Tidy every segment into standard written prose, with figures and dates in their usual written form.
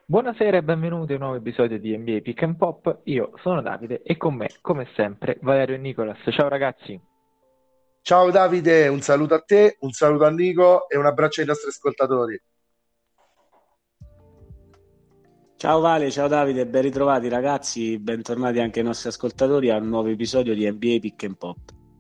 Buonasera e benvenuti a un nuovo episodio di NBA Pick and Pop. Io sono Davide e con me, come sempre, Valerio e Nicolas. Ciao ragazzi. Ciao Davide, un saluto a te, un saluto a Nico e un abbraccio ai nostri ascoltatori. Ciao Vale, ciao Davide, ben ritrovati ragazzi, bentornati anche ai nostri ascoltatori a un nuovo episodio di NBA Pick and Pop.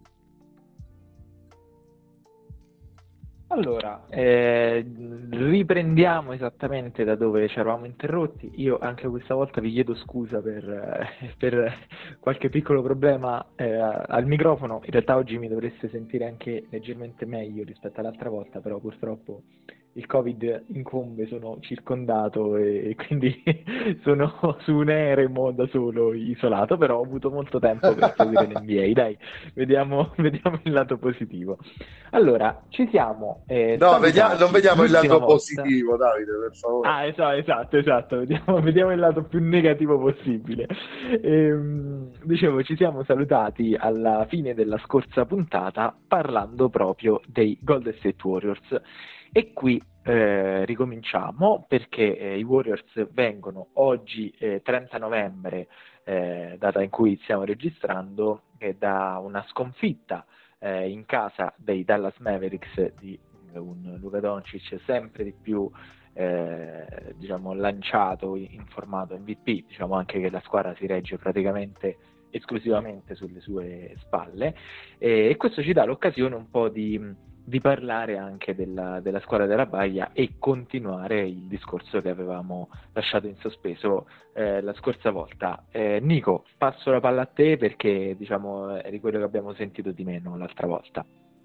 Allora, riprendiamo esattamente da dove ci eravamo interrotti. Io anche questa volta vi chiedo scusa per qualche piccolo problema al microfono. In realtà oggi mi dovreste sentire anche leggermente meglio rispetto all'altra volta, però purtroppo il Covid incombe, sono circondato e quindi sono su un eremo da solo, isolato, però ho avuto molto tempo per seguire l'NBA. Dai, vediamo il lato positivo. Allora, ci siamo No, non salutati vediamo il l'ultima lato volta. positivo, Davide, per favore. Ah, esatto, vediamo il lato più negativo possibile. Dicevo, ci siamo salutati alla fine della scorsa puntata parlando proprio dei Golden State Warriors. E qui ricominciamo perché i Warriors vengono oggi, 30 novembre, data in cui stiamo registrando, da una sconfitta in casa dei Dallas Mavericks di un Luka Doncic sempre di più diciamo lanciato in formato MVP, diciamo anche che la squadra si regge praticamente esclusivamente sulle sue spalle e questo ci dà l'occasione un po' di parlare anche della squadra della Baia e continuare il discorso che avevamo lasciato in sospeso la scorsa volta. Nico, passo la palla a te perché diciamo eri quello che abbiamo sentito di meno l'altra volta.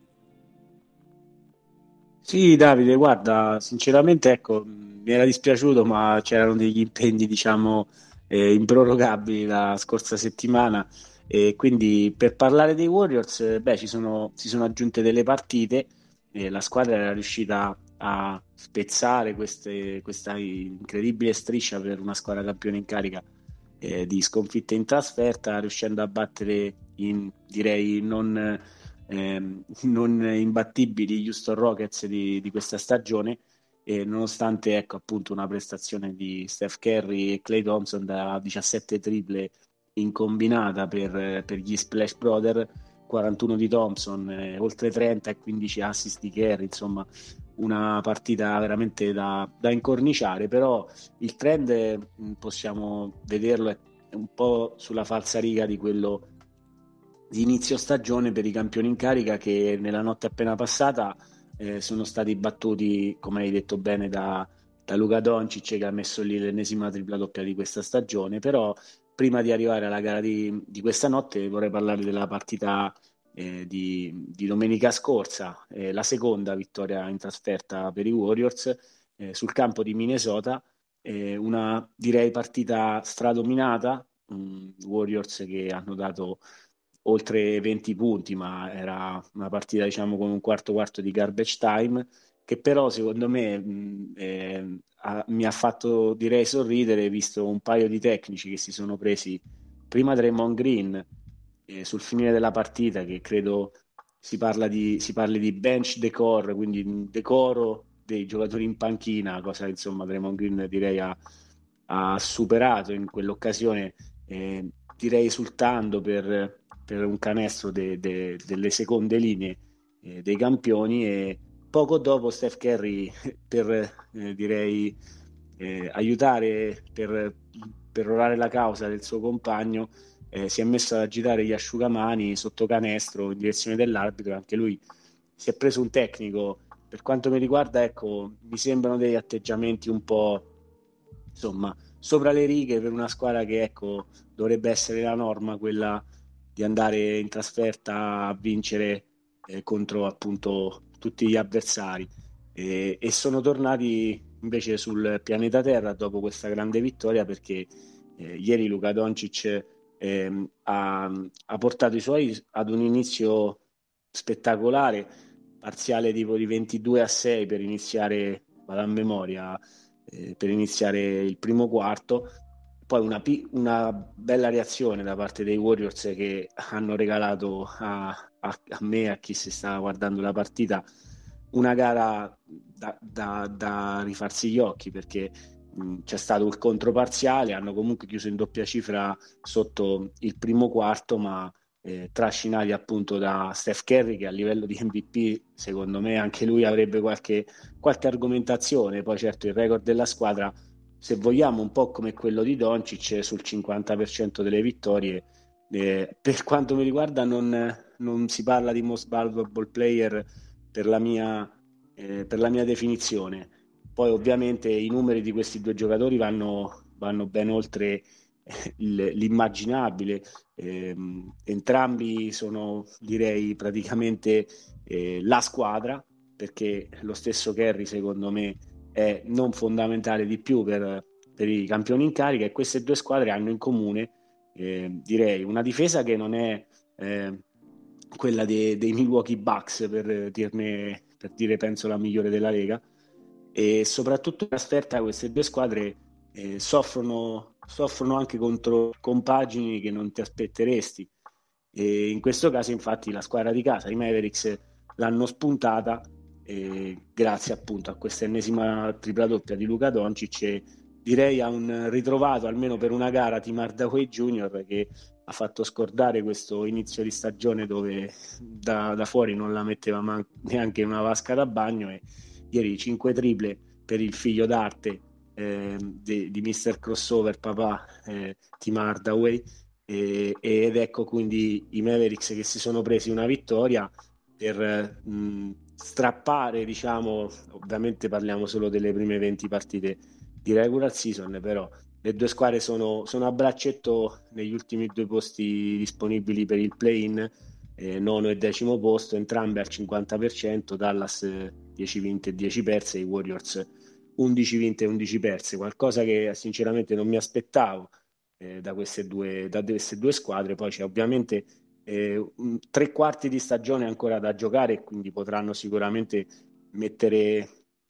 Sì Davide, guarda, sinceramente ecco, mi era dispiaciuto ma c'erano degli impegni diciamo improrogabili la scorsa settimana e quindi per parlare dei Warriors, beh, si sono aggiunte delle partite e la squadra era riuscita a spezzare questa incredibile striscia per una squadra campione in carica di sconfitte in trasferta, riuscendo a battere direi non imbattibili gli Houston Rockets di questa stagione, e nonostante ecco appunto una prestazione di Steph Curry e Klay Thompson da 17 triple in combinata per gli Splash Brother, 41 di Thompson, oltre 30 e 15 assist di Curry, insomma una partita veramente da incorniciare, però il trend possiamo vederlo è un po' sulla falsariga di quello di inizio stagione per i campioni in carica che nella notte appena passata sono stati battuti, come hai detto bene, da Luka Doncic che ha messo lì l'ennesima tripla doppia di questa stagione. Però prima di arrivare alla gara di questa notte vorrei parlare della partita di domenica scorsa, la seconda vittoria in trasferta per i Warriors sul campo di Minnesota, una direi partita stradominata, Warriors che hanno dato oltre 20 punti, ma era una partita diciamo con un quarto di garbage time che però secondo me mi ha fatto direi sorridere, visto un paio di tecnici che si sono presi prima Draymond Green sul finire della partita, che credo si parli di bench decor, quindi un decoro dei giocatori in panchina, cosa insomma Draymond Green direi ha superato in quell'occasione, direi esultando per un canestro delle seconde linee dei campioni, e poco dopo Steph Curry per direi aiutare per perorare la causa del suo compagno, si è messo ad agitare gli asciugamani sotto canestro in direzione dell'arbitro. Anche lui si è preso un tecnico. Per quanto mi riguarda, ecco, mi sembrano degli atteggiamenti un po' insomma sopra le righe per una squadra che ecco dovrebbe essere la norma, quella di andare in trasferta a vincere contro appunto tutti gli avversari, e sono tornati invece sul pianeta Terra dopo questa grande vittoria, perché ieri Luka Doncic ha portato i suoi ad un inizio spettacolare, parziale tipo di 22-6 per iniziare, vado a memoria, per iniziare il primo quarto. Poi una bella reazione da parte dei Warriors che hanno regalato a me e a chi si stava guardando la partita una gara da rifarsi gli occhi, perché c'è stato il controparziale, hanno comunque chiuso in doppia cifra sotto il primo quarto, ma trascinati appunto da Steph Curry, che a livello di MVP secondo me anche lui avrebbe qualche argomentazione. Poi certo il record della squadra, se vogliamo, un po' come quello di Doncic sul 50% delle vittorie. Per quanto mi riguarda non si parla di most valuable player per la mia definizione. Poi ovviamente i numeri di questi due giocatori vanno ben oltre l'immaginabile. Entrambi sono, direi, praticamente la squadra, perché lo stesso Curry secondo me è non fondamentale di più per i campioni in carica, e queste due squadre hanno in comune direi una difesa che non è quella dei Milwaukee Bucks, per dire penso la migliore della Lega, e soprattutto in trasferta queste due squadre soffrono anche contro compagini che non ti aspetteresti, e in questo caso infatti la squadra di casa, i Mavericks, l'hanno spuntata grazie appunto a questa ennesima tripla doppia di Luka Doncic, e direi a un ritrovato almeno per una gara Tim Hardaway Jr., che ha fatto scordare questo inizio di stagione dove da fuori non la metteva neanche in una vasca da bagno, e ieri 5 triple per il figlio d'arte di Mr. Crossover papà, Tim Hardaway, ed ecco quindi i Mavericks che si sono presi una vittoria per strappare, diciamo, ovviamente parliamo solo delle prime 20 partite di regular season, però le due squadre sono a braccetto negli ultimi due posti disponibili per il play-in, nono e decimo posto, entrambe al 50%, Dallas 10 vinte e 10 perse, i Warriors 11 vinte e 11 perse, qualcosa che sinceramente non mi aspettavo da queste due squadre. Poi c'è ovviamente 3/4 di stagione ancora da giocare, quindi potranno sicuramente mettere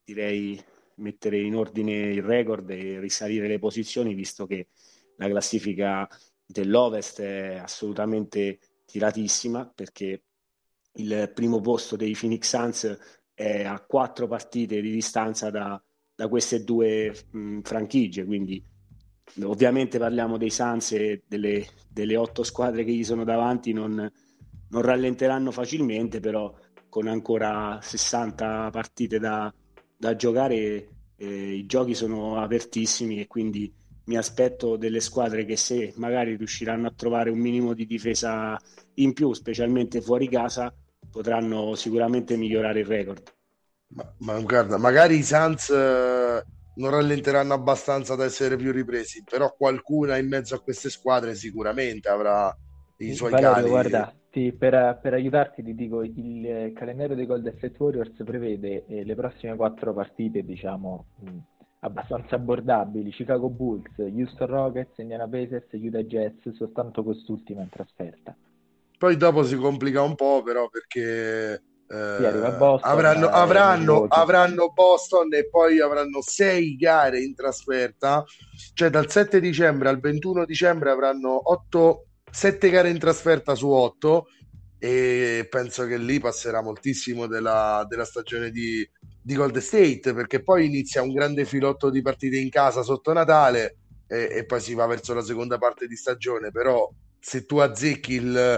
in ordine il record e risalire le posizioni, visto che la classifica dell'Ovest è assolutamente tiratissima, perché il primo posto dei Phoenix Suns è a 4 partite di distanza da queste due franchigie, quindi ovviamente parliamo dei Suns e delle 8 squadre che gli sono davanti, non rallenteranno facilmente, però con ancora 60 partite da giocare i giochi sono apertissimi, e quindi mi aspetto delle squadre che, se magari riusciranno a trovare un minimo di difesa in più, specialmente fuori casa, potranno sicuramente migliorare il record. Ma guarda, magari i Suns non rallenteranno abbastanza da essere più ripresi, però qualcuna in mezzo a queste squadre sicuramente avrà i suoi Valerio, cali. guarda, per aiutarti ti dico, il calendario dei Golden State Warriors prevede le prossime 4 partite, diciamo, abbastanza abbordabili: Chicago Bulls, Houston Rockets, Indiana Pacers, Utah Jazz, soltanto quest'ultima in trasferta. Poi dopo si complica un po', però, perché Sì, arriva Boston, avranno Boston, e poi avranno 6 gare in trasferta, cioè dal 7 dicembre al 21 dicembre avranno 7 gare in trasferta su 8, e penso che lì passerà moltissimo della stagione di Golden State, perché poi inizia un grande filotto di partite in casa sotto Natale, e poi si va verso la seconda parte di stagione. Però se tu azzecchi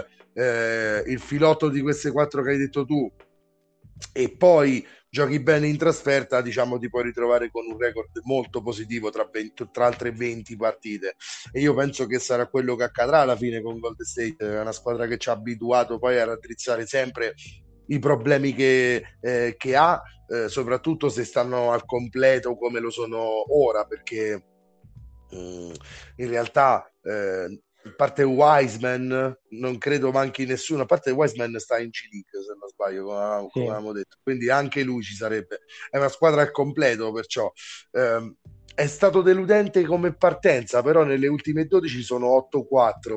il filotto di queste 4 che hai detto tu, e poi giochi bene in trasferta, diciamo ti puoi ritrovare con un record molto positivo tra altre 20 partite, e io penso che sarà quello che accadrà alla fine con Golden State. È una squadra che ci ha abituato poi a raddrizzare sempre i problemi che ha, soprattutto se stanno al completo come lo sono ora, perché in realtà a parte Wiseman non credo manchi nessuno, a parte Wiseman sta in G-League se non sbaglio, come avevamo detto, quindi anche lui ci sarebbe. È una squadra al completo, perciò è stato deludente come partenza, però nelle ultime 12 sono 8-4.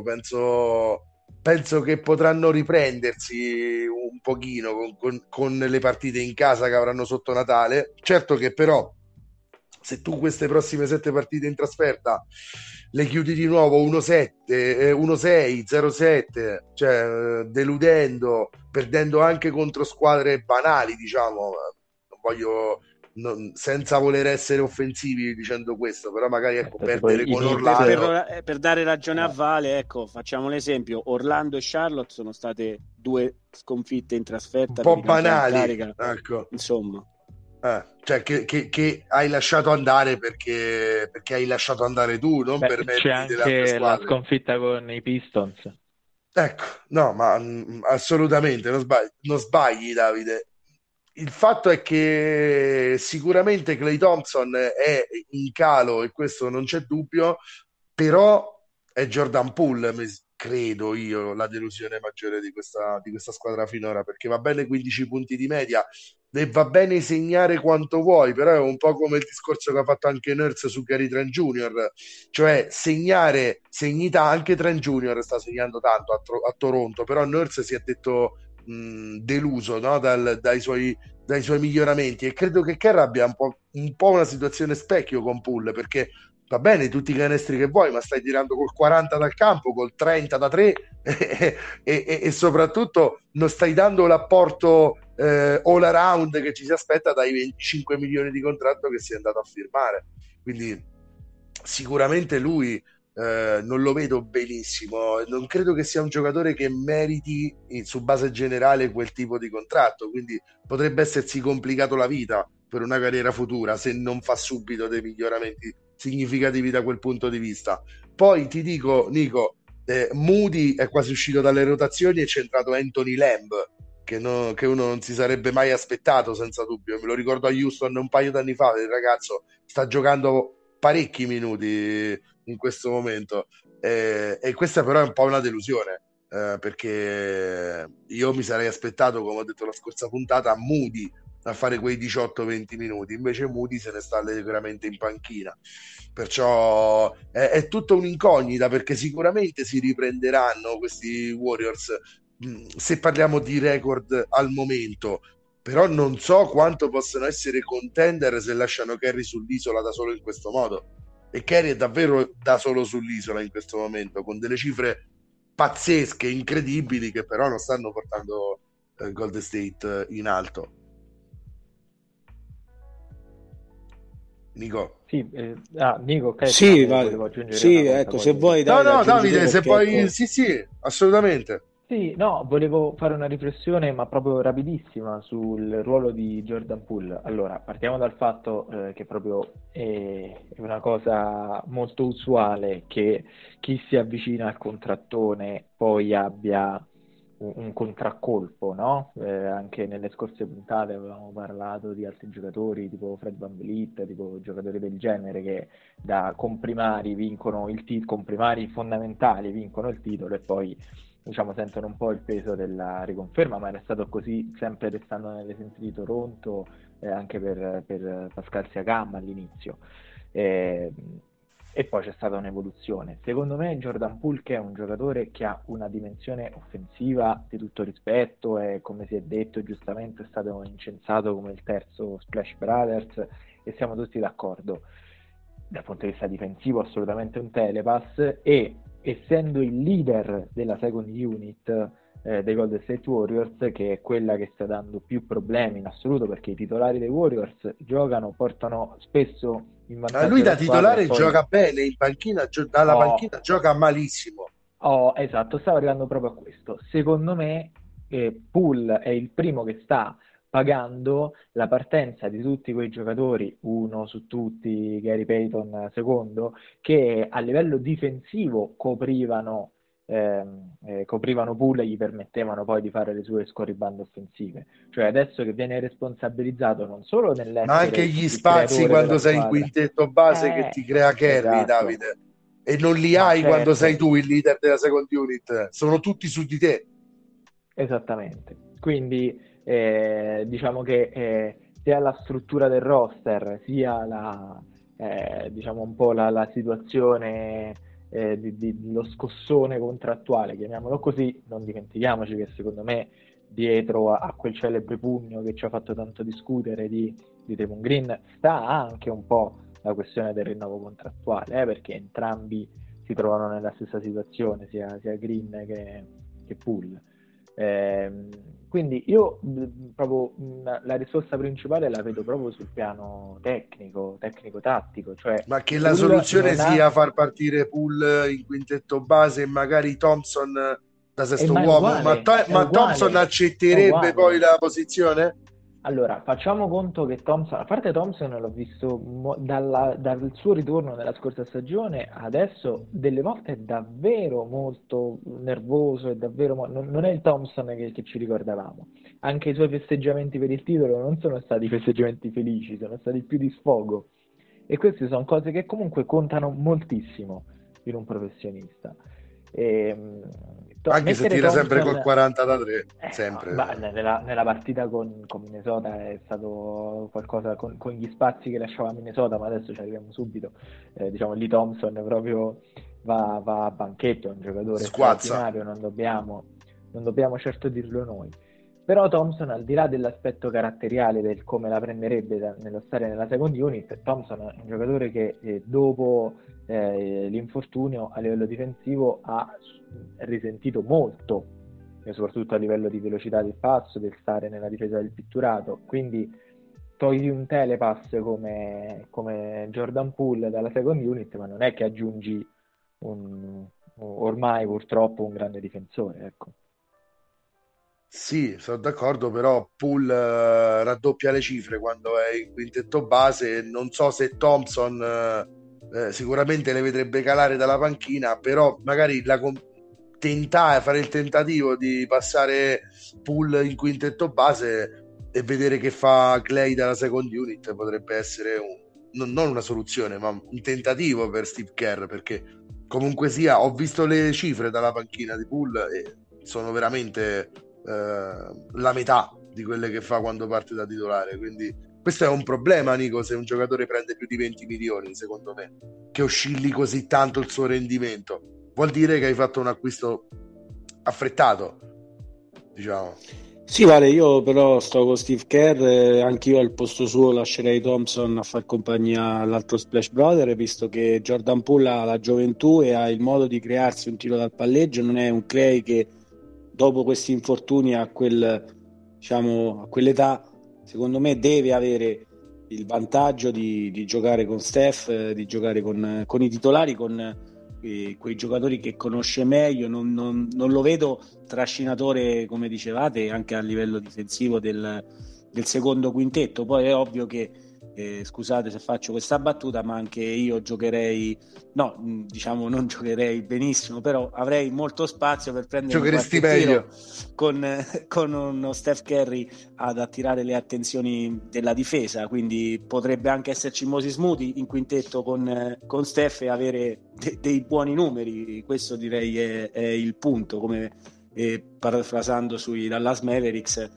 Penso che potranno riprendersi un pochino con le partite in casa che avranno sotto Natale. Certo che però se tu queste prossime 7 partite in trasferta le chiudi di nuovo 1-7, 1-6, 0-7, cioè deludendo, perdendo anche contro squadre banali, diciamo, non senza voler essere offensivi dicendo questo, però magari ecco, Certo, perdere con Orlando. Per dare ragione a Vale, ecco, facciamo l'esempio: Orlando e Charlotte sono state due sconfitte in Un trasferta per po' i campioni in banali, carica, ecco. insomma. Cioè che hai lasciato andare perché hai lasciato andare tu, non per C'è meriti delle altre anche la squadre. sconfitta con i Pistons. Ecco, no, ma assolutamente non sbagli, Davide. Il fatto è che sicuramente Klay Thompson è in calo e questo non c'è dubbio, però è Jordan Poole, credo io, la delusione maggiore di questa squadra finora, perché va bene 15 punti di media e va bene segnare quanto vuoi, però è un po' come il discorso che ha fatto anche Nurse su Gary Trent Jr., cioè segnita anche Trent Jr. sta segnando tanto a Toronto, però Nurse si è detto deluso, no? dai suoi miglioramenti, e credo che Kerr abbia un po' una situazione specchio con Poole, perché va bene tutti i canestri che vuoi, ma stai tirando col 40 dal campo, col 30 da 3 e soprattutto non stai dando l'apporto all around che ci si aspetta dai 25 milioni di contratto che si è andato a firmare. Quindi sicuramente lui non lo vedo benissimo, non credo che sia un giocatore che meriti su base generale quel tipo di contratto, quindi potrebbe essersi complicato la vita per una carriera futura se non fa subito dei miglioramenti significativi da quel punto di vista. Poi ti dico, Nico, Moody è quasi uscito dalle rotazioni e c'è entrato Anthony Lamb, che uno non si sarebbe mai aspettato, senza dubbio. Me lo ricordo a Houston un paio d'anni fa, il ragazzo sta giocando parecchi minuti in questo momento, e questa però è un po' una delusione, perché io mi sarei aspettato, come ho detto la scorsa puntata, Moody a fare quei 18-20 minuti, invece Moody se ne sta allegramente in panchina, perciò è tutta un'incognita, perché sicuramente si riprenderanno questi Warriors, se parliamo di record al momento, però non so quanto possono essere contender se lasciano Curry sull'isola da solo in questo modo, e Curry è davvero da solo sull'isola in questo momento con delle cifre pazzesche, incredibili, che però non stanno portando Golden State in alto. Nico. Sì, Nico, ok, Sì, volevo aggiungere sì, una cosa, ecco, poi se vuoi, No, Davide, aggiungi te, Davide, se perché poi ecco, sì, assolutamente. Sì, no, volevo fare una riflessione, ma proprio rapidissima, sul ruolo di Jordan Poole. Allora, partiamo dal fatto che proprio è una cosa molto usuale che chi si avvicina al contrattone poi abbia un contraccolpo, no? Anche nelle scorse puntate avevamo parlato di altri giocatori tipo Fred VanVleet, tipo giocatori del genere che da comprimari vincono il titolo, comprimari fondamentali vincono il titolo e poi diciamo sentono un po' il peso della riconferma, ma era stato così sempre restando nelle sensi di Toronto, anche per Pascal Siakam all'inizio. Eh, e poi c'è stata un'evoluzione. Secondo me Jordan Poole, che è un giocatore che ha una dimensione offensiva di tutto rispetto, e come si è detto giustamente è stato incensato come il terzo Splash Brothers, e siamo tutti d'accordo. Dal punto di vista difensivo assolutamente un telepass, e essendo il leader della second unit dei Golden State Warriors, che è quella che sta dando più problemi in assoluto, perché i titolari dei Warriors portano spesso in vantaggio Lui da la squadra e titolare poi... gioca bene, in panchina, dalla panchina gioca malissimo. Esatto, stavo arrivando proprio a questo. Secondo me Poole è il primo che sta pagando la partenza di tutti quei giocatori, uno su tutti, Gary Payton secondo, che a livello difensivo coprivano Poole e gli permettevano poi di fare le sue scorribande offensive. Cioè adesso che viene responsabilizzato non solo Ma nell'essere anche gli il spazi creatore quando della sei in squadra, quintetto base che ti crea Curry, esatto, Davide, e non li ma hai quando sei certo. tu il leader della second unit, sono tutti su di te. Esattamente, quindi diciamo che sia la struttura del roster, sia diciamo un po' la situazione lo scossone contrattuale, chiamiamolo così, non dimentichiamoci che secondo me dietro a quel celebre pugno che ci ha fatto tanto discutere di Draymond Green sta anche un po' la questione del rinnovo contrattuale, perché entrambi si trovano nella stessa situazione, sia Green che Poole. Quindi io proprio la risorsa principale la vedo proprio sul piano tecnico-tattico, cioè Ma che la Poole soluzione non ha, sia far partire Poole in quintetto base e magari Thompson da sesto ma uomo, è ma Thompson uguale, è accetterebbe poi uguale. la posizione? Allora, facciamo conto che Thompson, a parte Thompson l'ho visto dal suo ritorno nella scorsa stagione, adesso delle volte è davvero molto nervoso, è davvero non è il Thompson che ci ricordavamo. Anche i suoi festeggiamenti per il titolo non sono stati festeggiamenti felici, sono stati più di sfogo. E queste sono cose che comunque contano moltissimo in un professionista. E, Anche se mettere tira sempre col Thompson 40 da 3, no, ma sempre. nella partita con Minnesota è stato qualcosa con gli spazi che lasciava Minnesota, ma adesso ci arriviamo subito. Diciamo lì Thompson proprio va a banchetto, è un giocatore Squazza. straordinario, non dobbiamo certo dirlo noi. Però Thompson, al di là dell'aspetto caratteriale del come la prenderebbe nello stare nella second unit, Thompson è un giocatore che dopo l'infortunio a livello difensivo ha risentito molto, soprattutto a livello di velocità del passo, del stare nella difesa del pitturato. Quindi togli un telepass come Jordan Poole dalla second unit, ma non è che aggiungi ormai purtroppo un grande difensore, ecco. Sì, sono d'accordo, però Poole raddoppia le cifre quando è in quintetto base. Non so se Thompson sicuramente le vedrebbe calare dalla panchina, però magari fare il tentativo di passare Poole in quintetto base e vedere che fa Clay dalla second unit potrebbe essere non una soluzione, ma un tentativo per Steve Kerr, perché comunque sia, ho visto le cifre dalla panchina di Poole e sono veramente la metà di quelle che fa quando parte da titolare, quindi questo è un problema, Nico, se un giocatore prende più di 20 milioni, secondo me, che oscilli così tanto il suo rendimento, vuol dire che hai fatto un acquisto affrettato, diciamo. Sì, vale, io però sto con Steve Kerr, anch'io al posto suo lascerei Thompson a far compagnia all'altro Splash Brother, visto che Jordan Poole ha la gioventù e ha il modo di crearsi un tiro dal palleggio, non è un Clay che dopo questi infortuni diciamo, a quell'età, secondo me deve avere il vantaggio di giocare con Steph, di giocare con i titolari, con quei giocatori che conosce meglio. Non lo vedo trascinatore, come dicevate, anche a livello difensivo del secondo quintetto. Poi è ovvio che scusate se faccio questa battuta, ma anche io giocherei, no, diciamo non giocherei benissimo, però avrei molto spazio per prendere Giocheresti qualche tiro meglio con uno Steph Curry ad attirare le attenzioni della difesa, quindi potrebbe anche esserci Moses Moody in quintetto con Steph e avere dei buoni numeri. Questo direi è il punto, come parafrasando sui Dallas Mavericks,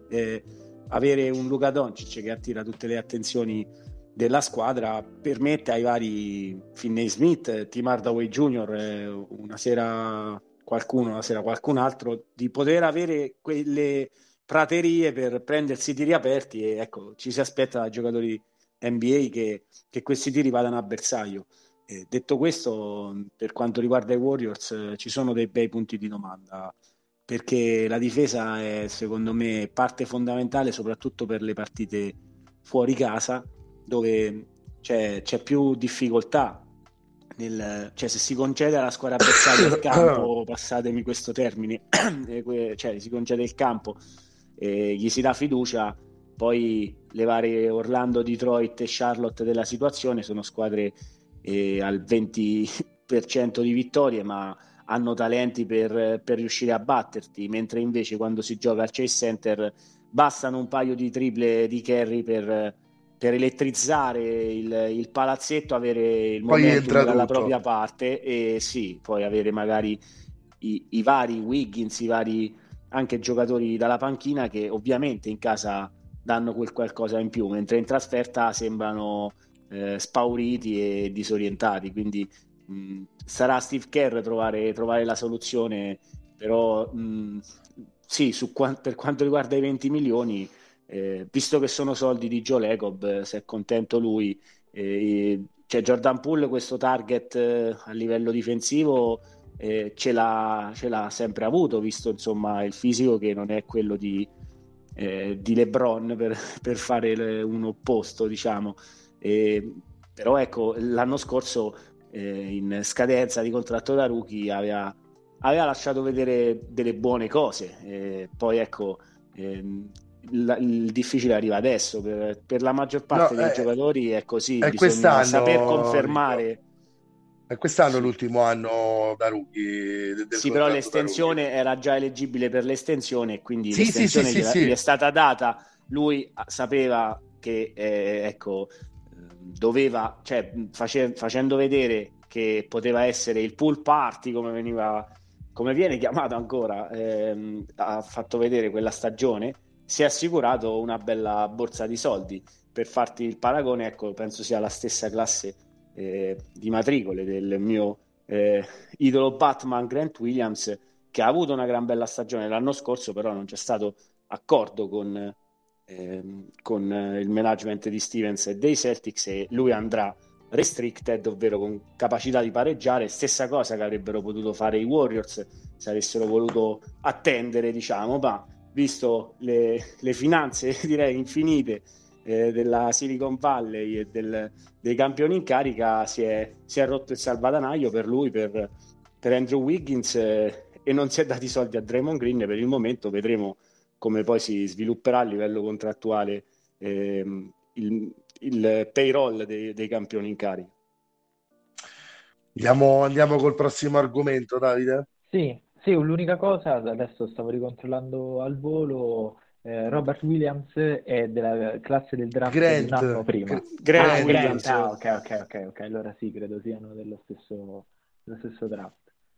avere un Luka Doncic che attira tutte le attenzioni della squadra permette ai vari Finney Smith, Tim Hardaway Jr., una sera qualcun altro, di poter avere quelle praterie per prendersi i tiri aperti, e ecco, ci si aspetta da giocatori NBA che questi tiri vadano a bersaglio. Detto questo, per quanto riguarda i Warriors, ci sono dei bei punti di domanda, perché la difesa è, secondo me, parte fondamentale soprattutto per le partite fuori casa, dove c'è più difficoltà cioè se si concede alla squadra avversaria il campo, passatemi questo termine, cioè si concede il campo e gli si dà fiducia, poi le varie Orlando, Detroit e Charlotte della situazione sono squadre al 20% di vittorie, ma hanno talenti per riuscire a batterti, mentre invece quando si gioca al Chase Center bastano un paio di triple di Curry per elettrizzare il palazzetto, avere il poi momentum entra dalla tutto. propria parte e sì, poi avere magari i vari Wiggins, i vari anche giocatori dalla panchina che ovviamente in casa danno quel qualcosa in più, mentre in trasferta sembrano spauriti e disorientati, quindi sarà Steve Kerr trovare la soluzione, però sì, per quanto riguarda i 20 milioni, visto che sono soldi di Joe Lacob, se è contento lui, c'è Jordan Poole, questo target a livello difensivo ce l'ha sempre avuto, visto insomma il fisico che non è quello di LeBron per fare un opposto, diciamo. Però ecco, l'anno scorso in scadenza di contratto da rookie aveva lasciato vedere delle buone cose, poi ecco, il difficile arriva adesso per la maggior parte dei giocatori è così, è bisogna saper quest'anno, confermare. Nico. È quest'anno Sì. l'ultimo anno da rookie del sì, però contratto l'estensione era già eleggibile per l'estensione, quindi Sì, l'estensione sì, sì. gli è stata data. Lui sapeva che ecco, doveva, cioè facendo vedere che poteva essere il pool party, come viene chiamato ancora, ha fatto vedere quella stagione, si è assicurato una bella borsa di soldi. Per farti il paragone, ecco, penso sia la stessa classe di matricole del mio idolo Batman Grant Williams, che ha avuto una gran bella stagione l'anno scorso, però non c'è stato accordo con il management di Stevens e dei Celtics, e lui andrà restricted, ovvero con capacità di pareggiare, stessa cosa che avrebbero potuto fare i Warriors se avessero voluto attendere, diciamo, ma visto le finanze direi infinite della Silicon Valley e dei campioni in carica, si è rotto il salvadanaio per lui, per Andrew Wiggins, e non si è dati soldi a Draymond Green per il momento. Vedremo come poi si svilupperà a livello contrattuale il payroll dei campioni in carica. Andiamo col prossimo argomento, Davide? Sì, l'unica cosa, adesso stavo ricontrollando al volo, Robert Williams è della classe del draft di un anno prima. Grant Williams. Williams. Ok, allora sì, credo siano dello stesso draft.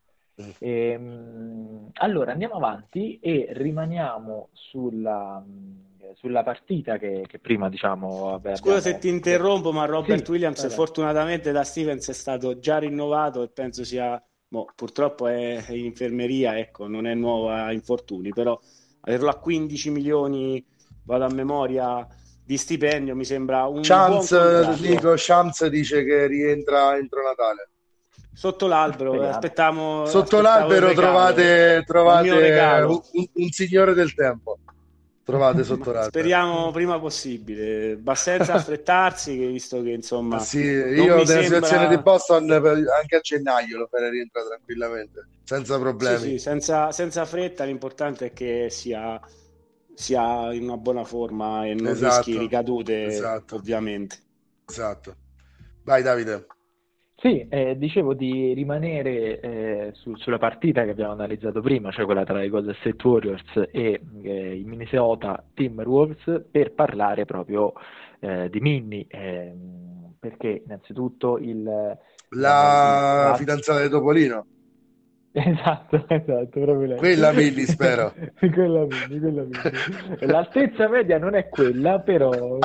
Allora andiamo avanti e rimaniamo sulla partita che prima, diciamo, Scusa se ti interrompo, ma Robert Sì, Williams vai. fortunatamente da Stevens è stato già rinnovato e penso sia, purtroppo è in infermeria, ecco, non è nuovo a infortuni, però averlo a 15 milioni, vado a memoria, di stipendio mi sembra un buon contratto. Shams dice che rientra entro Natale. Sotto l'albero, aspettiamo sotto l'albero trovate un signore del tempo. Trovate sotto l'albero. Speriamo prima possibile, ma senza affrettarsi, visto che insomma sì, io nella situazione di Boston anche a gennaio lo farei rientrare tranquillamente, senza problemi. Sì, senza fretta, l'importante è che sia in una buona forma e non rischi ricadute, ovviamente. Esatto. Vai Davide. Sì, dicevo di rimanere sulla partita che abbiamo analizzato prima, cioè quella tra i Golden State Warriors e i Minnesota Timberwolves, per parlare proprio di Minnie, perché innanzitutto la fidanzata di Topolino. Esatto, proprio lei. Quella Milli, spero. quella Milli. L'altezza media non è quella, però...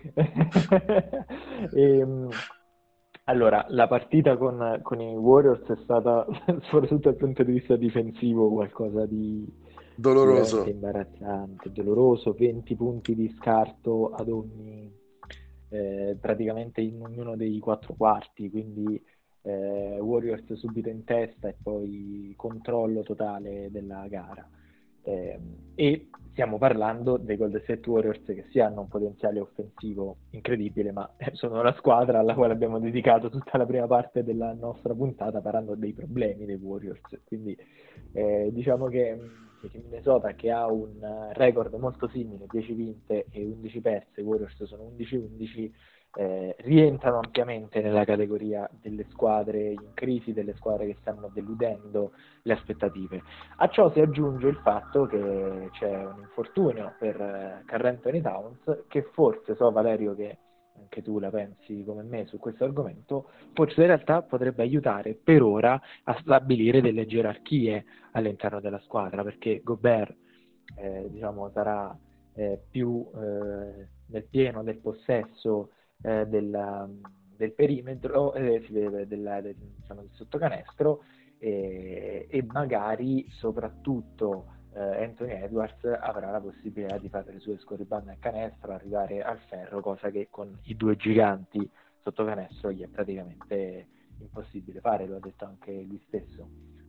Allora, la partita con i Warriors è stata, soprattutto dal punto di vista difensivo, qualcosa di doloroso, imbarazzante, doloroso. 20 punti di scarto ad praticamente in ognuno dei 4 quarti, quindi Warriors subito in testa e poi controllo totale della gara. E stiamo parlando dei Golden State Warriors, che sì hanno un potenziale offensivo incredibile, ma sono la squadra alla quale abbiamo dedicato tutta la prima parte della nostra puntata parlando dei problemi dei Warriors. Quindi diciamo che Minnesota, che ha un record molto simile, 10 vinte e 11 perse, i Warriors sono 11-11, rientrano ampiamente nella categoria delle squadre in crisi, delle squadre che stanno deludendo le aspettative. A ciò si aggiunge il fatto che c'è un infortunio per Karl Anthony Towns, che forse, so Valerio che anche tu la pensi come me su questo argomento, forse in realtà potrebbe aiutare per ora a stabilire delle gerarchie all'interno della squadra, perché Gobert diciamo sarà più nel pieno del possesso del perimetro, del sottocanestro, e magari soprattutto Anthony Edwards avrà la possibilità di fare le sue scorribande a canestro, arrivare al ferro, cosa che con i due giganti sotto canestro gli è praticamente impossibile fare, lo ha detto anche lui stesso.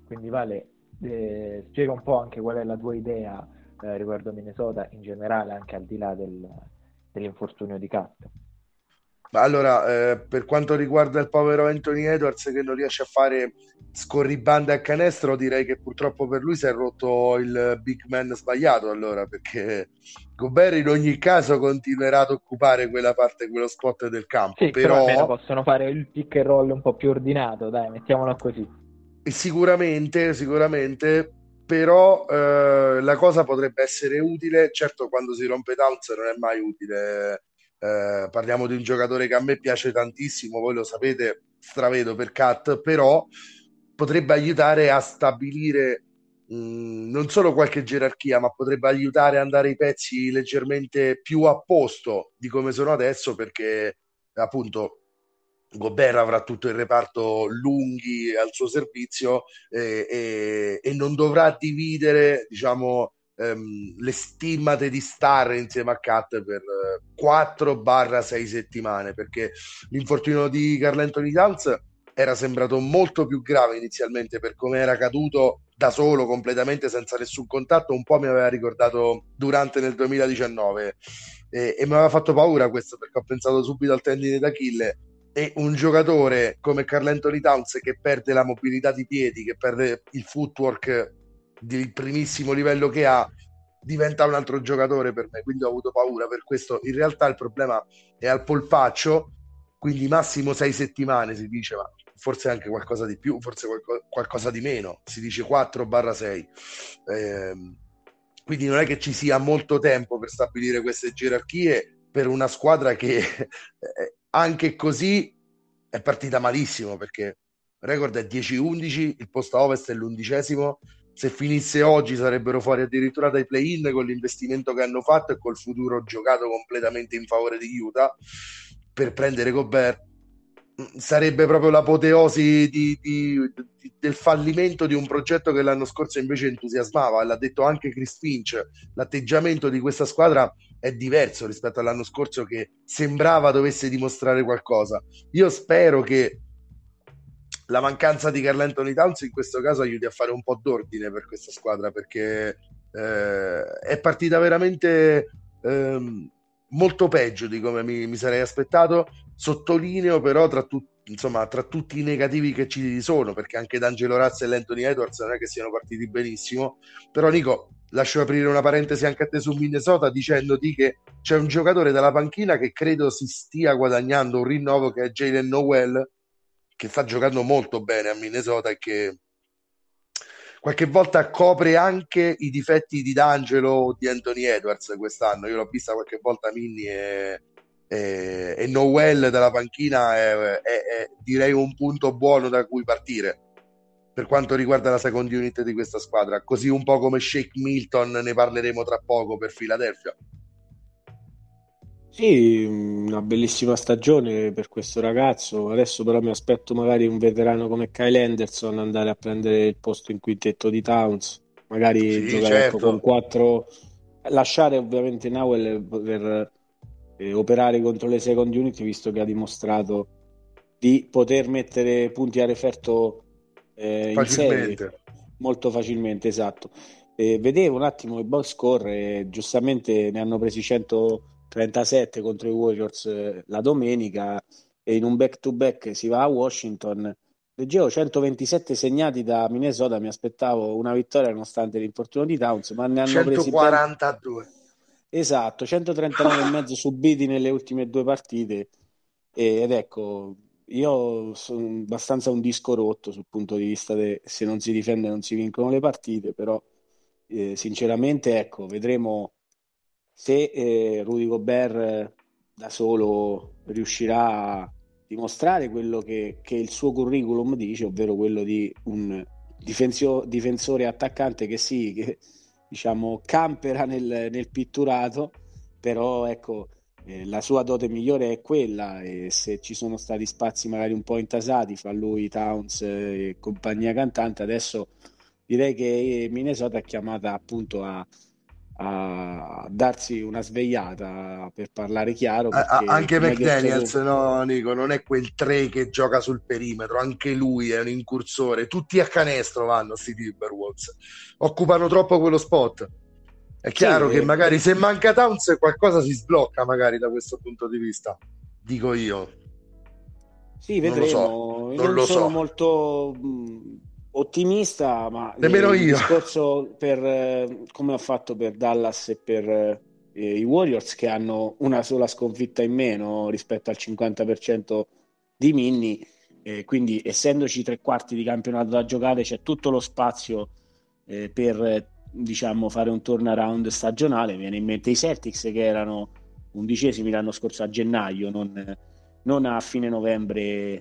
Quindi Vale, spiega un po' anche qual è la tua idea riguardo Minnesota in generale, anche al di là dell'infortunio di Cat. Ma allora, per quanto riguarda il povero Anthony Edwards che non riesce a fare scorribande a canestro, direi che purtroppo per lui si è rotto il big man sbagliato, allora, perché Gobert in ogni caso continuerà ad occupare quella parte, quello spot del campo, Sì, però almeno però possono fare il pick and roll un po' più ordinato, dai, mettiamolo così. sicuramente, però la cosa potrebbe essere utile, certo quando si rompe Towns non è mai utile. Parliamo di un giocatore che a me piace tantissimo, voi lo sapete, stravedo per Cat, però potrebbe aiutare a stabilire non solo qualche gerarchia, ma potrebbe aiutare ad andare i pezzi leggermente più a posto di come sono adesso, perché appunto Gobert avrà tutto il reparto lunghi al suo servizio e non dovrà dividere, diciamo, le stimmate di star insieme a Cat per 4-6 settimane, perché l'infortunio di Karl Anthony Towns era sembrato molto più grave inizialmente per come era caduto da solo, completamente senza nessun contatto, un po' mi aveva ricordato Durant nel 2019 e mi aveva fatto paura questo, perché ho pensato subito al tendine d'Achille. E un giocatore come Karl Anthony Towns che perde la mobilità di piedi, che perde il footwork di primissimo livello che ha, diventa un altro giocatore per me, quindi ho avuto paura per questo. In realtà il problema è al polpaccio, quindi massimo 6 settimane si dice, ma forse anche qualcosa di più, forse qualcosa di meno, si dice 4-6. Quindi non è che ci sia molto tempo per stabilire queste gerarchie per una squadra che anche così è partita malissimo, perché il record è 10-11, il posto a ovest è l'11°. Se finisse oggi sarebbero fuori addirittura dai play-in con l'investimento che hanno fatto e col futuro giocato completamente in favore di Utah per prendere Gobert. Sarebbe proprio l'apoteosi del fallimento di un progetto che l'anno scorso invece entusiasmava. L'ha detto anche Chris Finch, l'atteggiamento di questa squadra è diverso rispetto all'anno scorso che sembrava dovesse dimostrare qualcosa. Io spero che la mancanza di Karl Anthony Towns in questo caso aiuti a fare un po' d'ordine per questa squadra, perché è partita veramente molto peggio di come mi sarei aspettato. Sottolineo però tra tutti i negativi che ci sono, perché anche D'Angelo Russell e Anthony Edwards non è che siano partiti benissimo, però Nico, lascio aprire una parentesi anche a te su Minnesota dicendoti che c'è un giocatore dalla panchina che credo si stia guadagnando un rinnovo, che è Jalen Noel, che sta giocando molto bene a Minnesota e che qualche volta copre anche i difetti di D'Angelo o di Anthony Edwards quest'anno. Io l'ho vista qualche volta Minni e Noel dalla panchina è direi un punto buono da cui partire per quanto riguarda la second unit di questa squadra, così un po' come Shake Milton, ne parleremo tra poco per Philadelphia. Sì, una bellissima stagione per questo ragazzo. Adesso però mi aspetto magari un veterano come Kyle Anderson andare a prendere il posto in quintetto di Towns, magari Sì, giocare certo. con 4, lasciare ovviamente Nowell per operare contro le second unit, visto che ha dimostrato di poter mettere punti a referto in serie molto facilmente, esatto. Vedevo un attimo i box score e giustamente ne hanno presi 137 contro i Warriors la domenica, e in un back to back si va a Washington. Leggevo 127 segnati da Minnesota, mi aspettavo una vittoria nonostante l'infortunio di Towns, ma ne hanno presi 142. Esatto, 139 e mezzo subiti nelle ultime 2 partite. Ed ecco, io sono abbastanza un disco rotto sul punto di vista se non si difende non si vincono le partite, però sinceramente ecco, vedremo se Rudy Gobert da solo riuscirà a dimostrare quello che il suo curriculum dice, ovvero quello di un difensore attaccante che sì, che diciamo campera nel pitturato, però ecco, la sua dote migliore è quella, e se ci sono stati spazi magari un po' intasati fra lui, Towns e compagnia cantante, adesso direi che Minnesota è chiamata appunto a a darsi una svegliata, per parlare chiaro, perché Anche come hai detto McDaniels, tu, no, Nico, non è quel 3 che gioca sul perimetro, anche lui è un incursore, tutti a canestro vanno sti Timberwolves, occupano troppo quello spot. È sì, chiaro che magari se manca Towns qualcosa si sblocca magari da questo punto di vista, dico io. sì, Non lo so, vedremo. non Non lo sono so, molto ottimista, ma nemmeno il io. discorso per come ho fatto per Dallas e per i Warriors, che hanno una sola sconfitta in meno rispetto al 50% di Minni, quindi essendoci tre quarti di campionato da giocare, c'è tutto lo spazio per diciamo fare un turnaround stagionale. Mi viene in mente i Celtics, che erano 11esimi l'anno scorso a gennaio, non a fine novembre,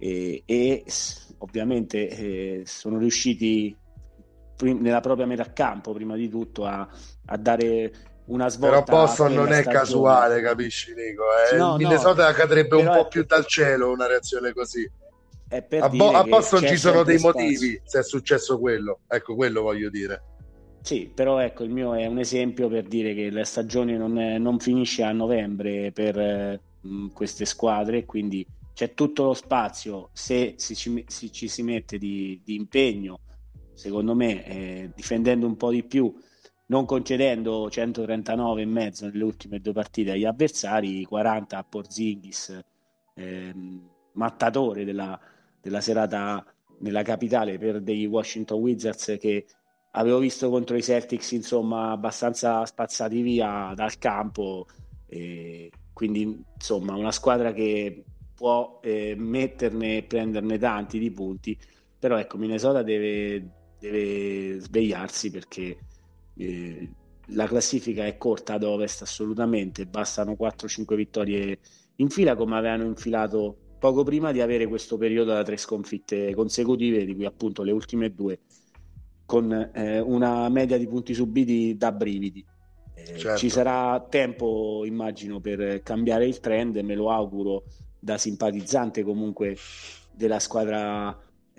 ovviamente sono riusciti nella propria metà campo, prima di tutto, a dare una Però svolta a Boston non quella è stagione. casuale, capisci, Nico? Il No, no, Minnesota cadrebbe un però po' più dal cielo una reazione così. è per dire A che Boston c'è ci sono sempre dei spazio. motivi se è successo quello. Ecco, quello voglio dire. Sì, però ecco, il mio è un esempio per dire che la stagione non finisce a novembre per queste squadre, quindi c'è tutto lo spazio se ci si mette di impegno, secondo me, difendendo un po' di più, non concedendo 139 e mezzo nelle ultime due partite agli avversari, 40 a Porzingis, mattatore della serata nella capitale per dei Washington Wizards, che avevo visto contro i Celtics, insomma, abbastanza spazzati via dal campo, quindi insomma una squadra che può metterne e prenderne tanti di punti, però ecco, Minnesota deve svegliarsi, perché la classifica è corta ad ovest assolutamente, bastano 4-5 vittorie in fila, come avevano infilato poco prima di avere questo periodo da 3 sconfitte consecutive, di cui appunto le ultime 2 con una media di punti subiti da brividi. Ci Certo. sarà tempo, immagino, per cambiare il trend, me lo auguro da simpatizzante comunque della squadra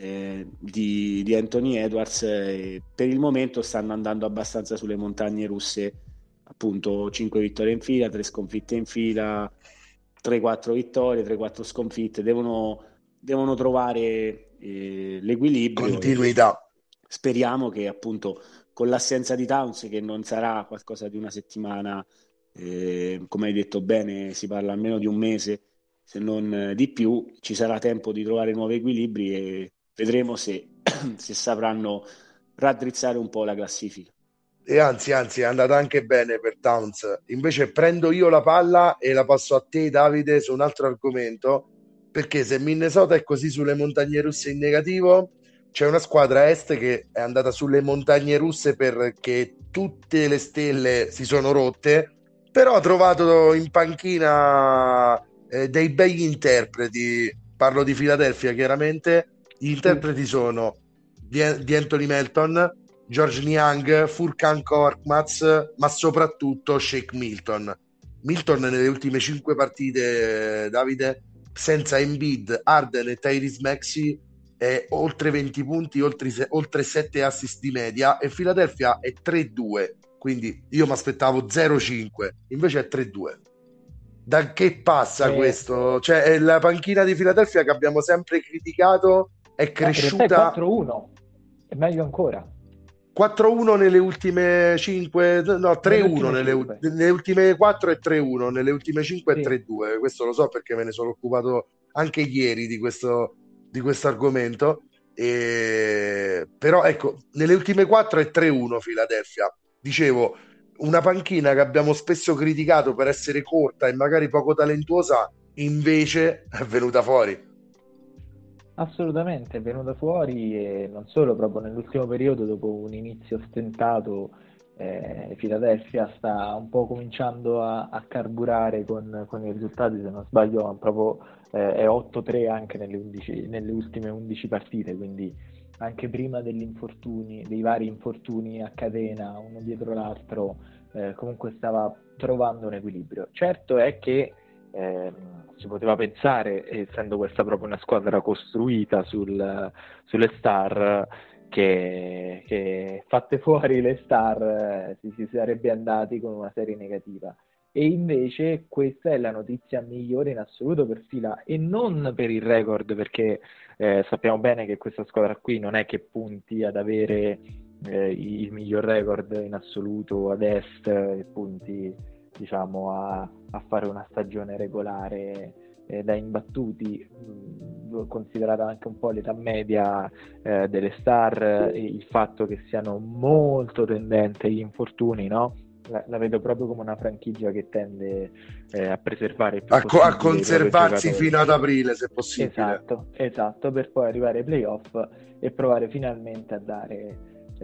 di Anthony Edwards. Per il momento stanno andando abbastanza sulle montagne russe, appunto 5 vittorie in fila, 3 sconfitte in fila, 3-4 vittorie, 3-4 sconfitte, devono trovare l'equilibrio, e Continuità. speriamo che appunto con l'assenza di Towns, che non sarà qualcosa di una settimana, come hai detto bene, si parla almeno di un mese, se non di più, ci sarà tempo di trovare nuovi equilibri, e vedremo se, se sapranno raddrizzare un po' la classifica. E anzi, è andata anche bene per Towns. Invece prendo io la palla e la passo a te, Davide, su un altro argomento, perché se Minnesota è così sulle montagne russe in negativo, c'è una squadra est che è andata sulle montagne russe perché tutte le stelle si sono rotte, però ha trovato in panchina dei begli interpreti. Parlo di Philadelphia, chiaramente. Gli interpreti sono di Anthony Melton, George Niang, Furkan Korkmaz, ma soprattutto Shake Milton. Milton nelle ultime 5 partite, Davide, senza Embiid, Harden e Tyrese Maxey, è oltre 20 punti, oltre 7 assist di media, e Philadelphia è 3-2, quindi io mi aspettavo 0-5, invece è 3-2. Da che passa Eh, questo? Cioè, è la panchina di Philadelphia che abbiamo sempre criticato, è no, in realtà è cresciuta 4-1, è meglio ancora, 4-1 nelle ultime 5, no, nelle 3-1 ultime 5. nelle ultime 4 e 3-1, nelle ultime 5 e Sì. 3-2. Questo lo so perché me ne sono occupato anche ieri di questo argomento. Però ecco, nelle ultime 4 è 3-1 Philadelphia. Dicevo, una panchina che abbiamo spesso criticato per essere corta e magari poco talentuosa, invece è venuta fuori. Assolutamente, è venuta fuori, e non solo, proprio nell'ultimo periodo, dopo un inizio stentato, Philadelphia sta un po' cominciando a carburare con i risultati. Se non sbaglio proprio, è 8-3 anche nelle ultime 11 partite, quindi anche prima dei vari infortuni a catena, uno dietro l'altro, comunque stava trovando un equilibrio. Certo è che si poteva pensare, essendo questa proprio una squadra costruita sulle star, che fatte fuori le star si sarebbe andati con una serie negativa. E invece questa è la notizia migliore in assoluto per Fila, e non per il record, perché sappiamo bene che questa squadra qui non è che punti ad avere il miglior record in assoluto ad est, e punti, diciamo, a fare una stagione regolare da imbattuti, considerata anche un po' l'età media delle star, e il fatto che siano molto tendenti agli infortuni, no? La vedo proprio come una franchigia che tende a preservare il più possibile a conservarsi fino ad aprile, se possibile. Esatto, per poi arrivare ai playoff e provare finalmente a dare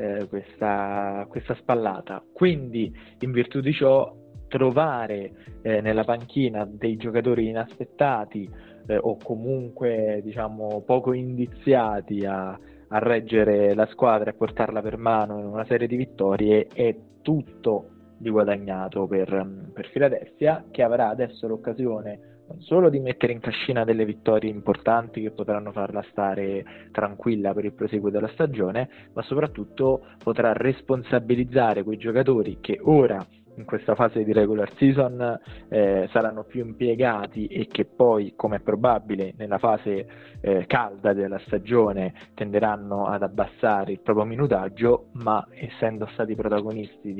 questa spallata. Quindi, in virtù di ciò, trovare nella panchina dei giocatori inaspettati o comunque, diciamo, poco indiziati a reggere la squadra e portarla per mano in una serie di vittorie è tutto di guadagnato per Philadelphia, che avrà adesso l'occasione non solo di mettere in cascina delle vittorie importanti che potranno farla stare tranquilla per il proseguo della stagione, ma soprattutto potrà responsabilizzare quei giocatori che ora in questa fase di regular season saranno più impiegati e che poi, come è probabile, nella fase calda della stagione tenderanno ad abbassare il proprio minutaggio, ma essendo stati protagonisti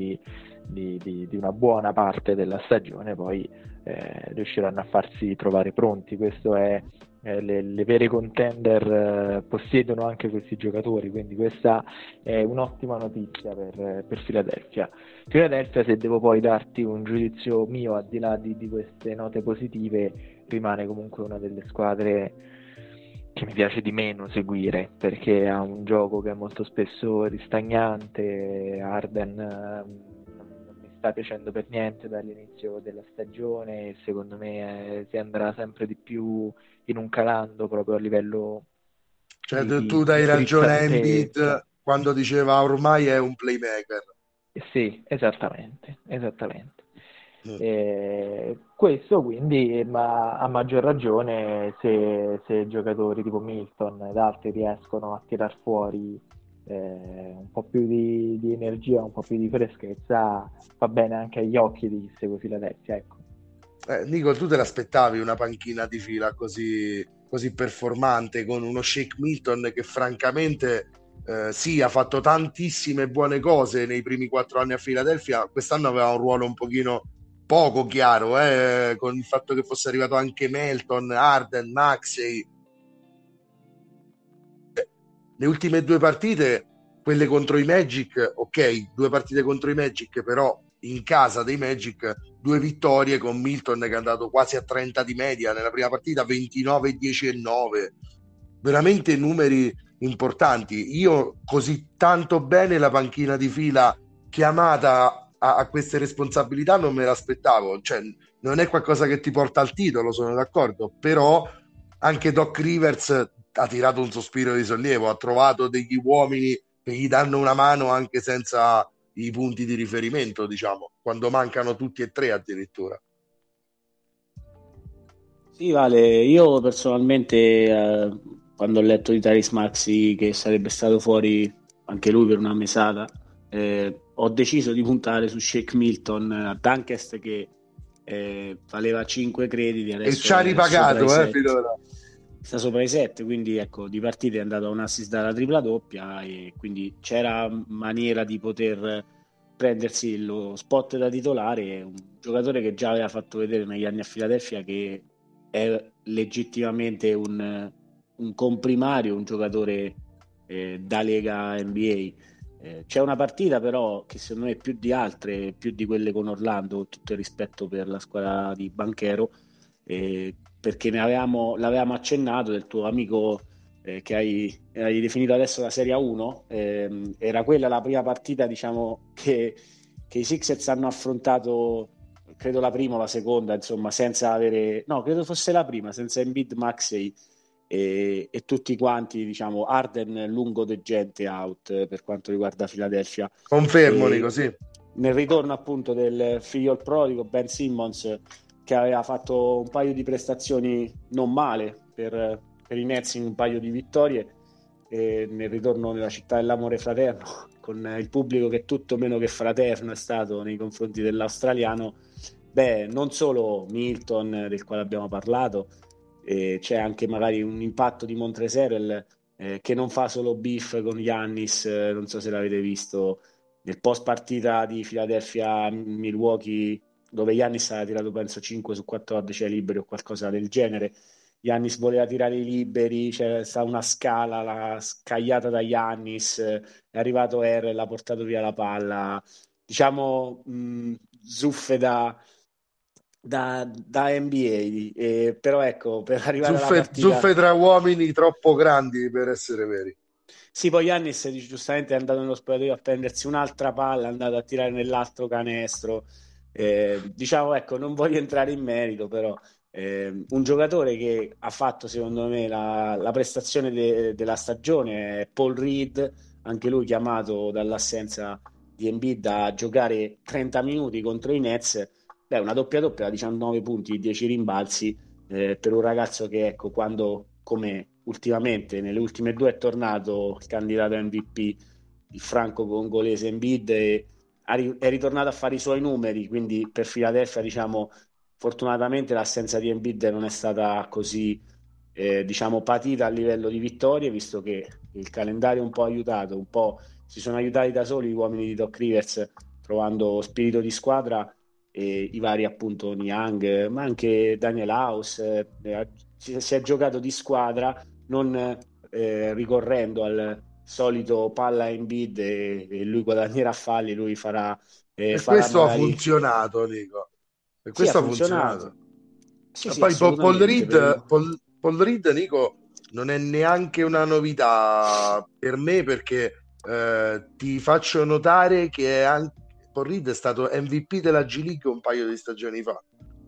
di una buona parte della stagione poi riusciranno a farsi trovare pronti. Questo è le vere contender possiedono anche questi giocatori, quindi questa è un'ottima notizia per Philadelphia. Philadelphia, se devo poi darti un giudizio mio al di là di queste note positive, rimane comunque una delle squadre che mi piace di meno seguire, perché ha un gioco che è molto spesso ristagnante. Harden non mi sta piacendo per niente dall'inizio della stagione, secondo me si andrà sempre di più in un calando proprio a livello tu dai ragione a Embiid frizzantezza. quando diceva ormai è un playmaker. Sì, esattamente. Questo quindi, ma a maggior ragione se giocatori tipo Milton ed altri riescono a tirar fuori un po' più di energia, un po' più di freschezza, fa bene anche agli occhi di chi segue Philadelphia, ecco. Nico, tu te l'aspettavi una panchina di fila così performante, con uno Shake Milton che francamente sì, ha fatto tantissime buone cose nei primi 4 anni a Philadelphia, quest'anno aveva un ruolo un pochino poco chiaro, con il fatto che fosse arrivato anche Melton, Harden, Maxey. Le ultime 2 partite, quelle contro i Magic, ok, 2 partite contro i Magic, però in casa dei Magic 2 vittorie con Milton che è andato quasi a 30 di media nella prima partita, 29, 10 e 9, veramente numeri importanti. Io così tanto bene la panchina di fila chiamata a queste responsabilità non me l'aspettavo, cioè non è qualcosa che ti porta al titolo, sono d'accordo, però anche Doc Rivers ha tirato un sospiro di sollievo, ha trovato degli uomini che gli danno una mano anche senza i punti di riferimento, diciamo, quando mancano tutti e 3 addirittura. Sì, Vale, io personalmente quando ho letto di Tyrese Maxey che sarebbe stato fuori anche lui per una mesata, ho deciso di puntare su Shake Milton a Dunkest che valeva 5 crediti, adesso e ci ha ripagato, finora. Sta sopra i 7, quindi ecco, di partita è andato a un assist dalla tripla doppia e quindi c'era maniera di poter prendersi lo spot da titolare. Un giocatore che già aveva fatto vedere negli anni a Philadelphia che è legittimamente un comprimario, un giocatore da Lega NBA. C'è una partita però che secondo me più di altre, più di quelle con Orlando, con tutto il rispetto per la squadra di Banchero, perché l'avevamo accennato del tuo amico che hai definito adesso la Serie 1, era quella la prima partita, diciamo, che i Sixers hanno affrontato, credo la prima o la seconda, insomma, senza avere, no, credo fosse la prima, senza Embiid, Maxey e tutti quanti, diciamo, Harden lungo de gente out per quanto riguarda Philadelphia. Confermo, Nico, sì. Nel ritorno appunto del figlio il prodigo Ben Simmons, che aveva fatto un paio di prestazioni non male per i Nets in un paio di vittorie, nel ritorno nella città dell'amore fraterno, con il pubblico che tutto meno che fraterno è stato nei confronti dell'australiano, non solo Milton, del quale abbiamo parlato, c'è anche magari un impatto di Montrezl, che non fa solo beef con Giannis, non so se l'avete visto nel post partita di Philadelphia-Milwaukee, dove Giannis aveva tirato penso 5 su 14 ai liberi o qualcosa del genere. Giannis voleva tirare i liberi, c'è stata una scala, la scagliata da Giannis, è arrivato R e l'ha portato via la palla, diciamo zuffe da NBA, però ecco, per arrivare alla partita... Zuffe tra uomini troppo grandi per essere veri. Sì, poi Giannis giustamente è andato nello spogliatoio a prendersi un'altra palla, è andato a tirare nell'altro canestro, diciamo, ecco, non voglio entrare in merito, però un giocatore che ha fatto secondo me la prestazione della stagione è Paul Reed, anche lui chiamato dall'assenza di Embiid a giocare 30 minuti contro i Nets. Una doppia da 19 punti, 10 rimbalzi, per un ragazzo che, ecco, quando, come ultimamente nelle ultime due è tornato il candidato MVP, il franco-congolese Embiid, è ritornato a fare i suoi numeri, quindi per Philadelphia, diciamo, fortunatamente l'assenza di Embiid non è stata così, diciamo, patita a livello di vittorie, visto che il calendario un po' ha aiutato, un po' si sono aiutati da soli gli uomini di Doc Rivers, trovando spirito di squadra, e i vari appunto Niang, ma anche Daniel House, si è giocato di squadra, non ricorrendo al solito palla in bid e lui guadagnerà falli, lui farà questo magari... ha funzionato, Nico, e questo ha funzionato. Sì, poi Paul Reed, Nico, non è neanche una novità per me, perché ti faccio notare che anche Paul Reed è stato MVP della G League un paio di stagioni fa,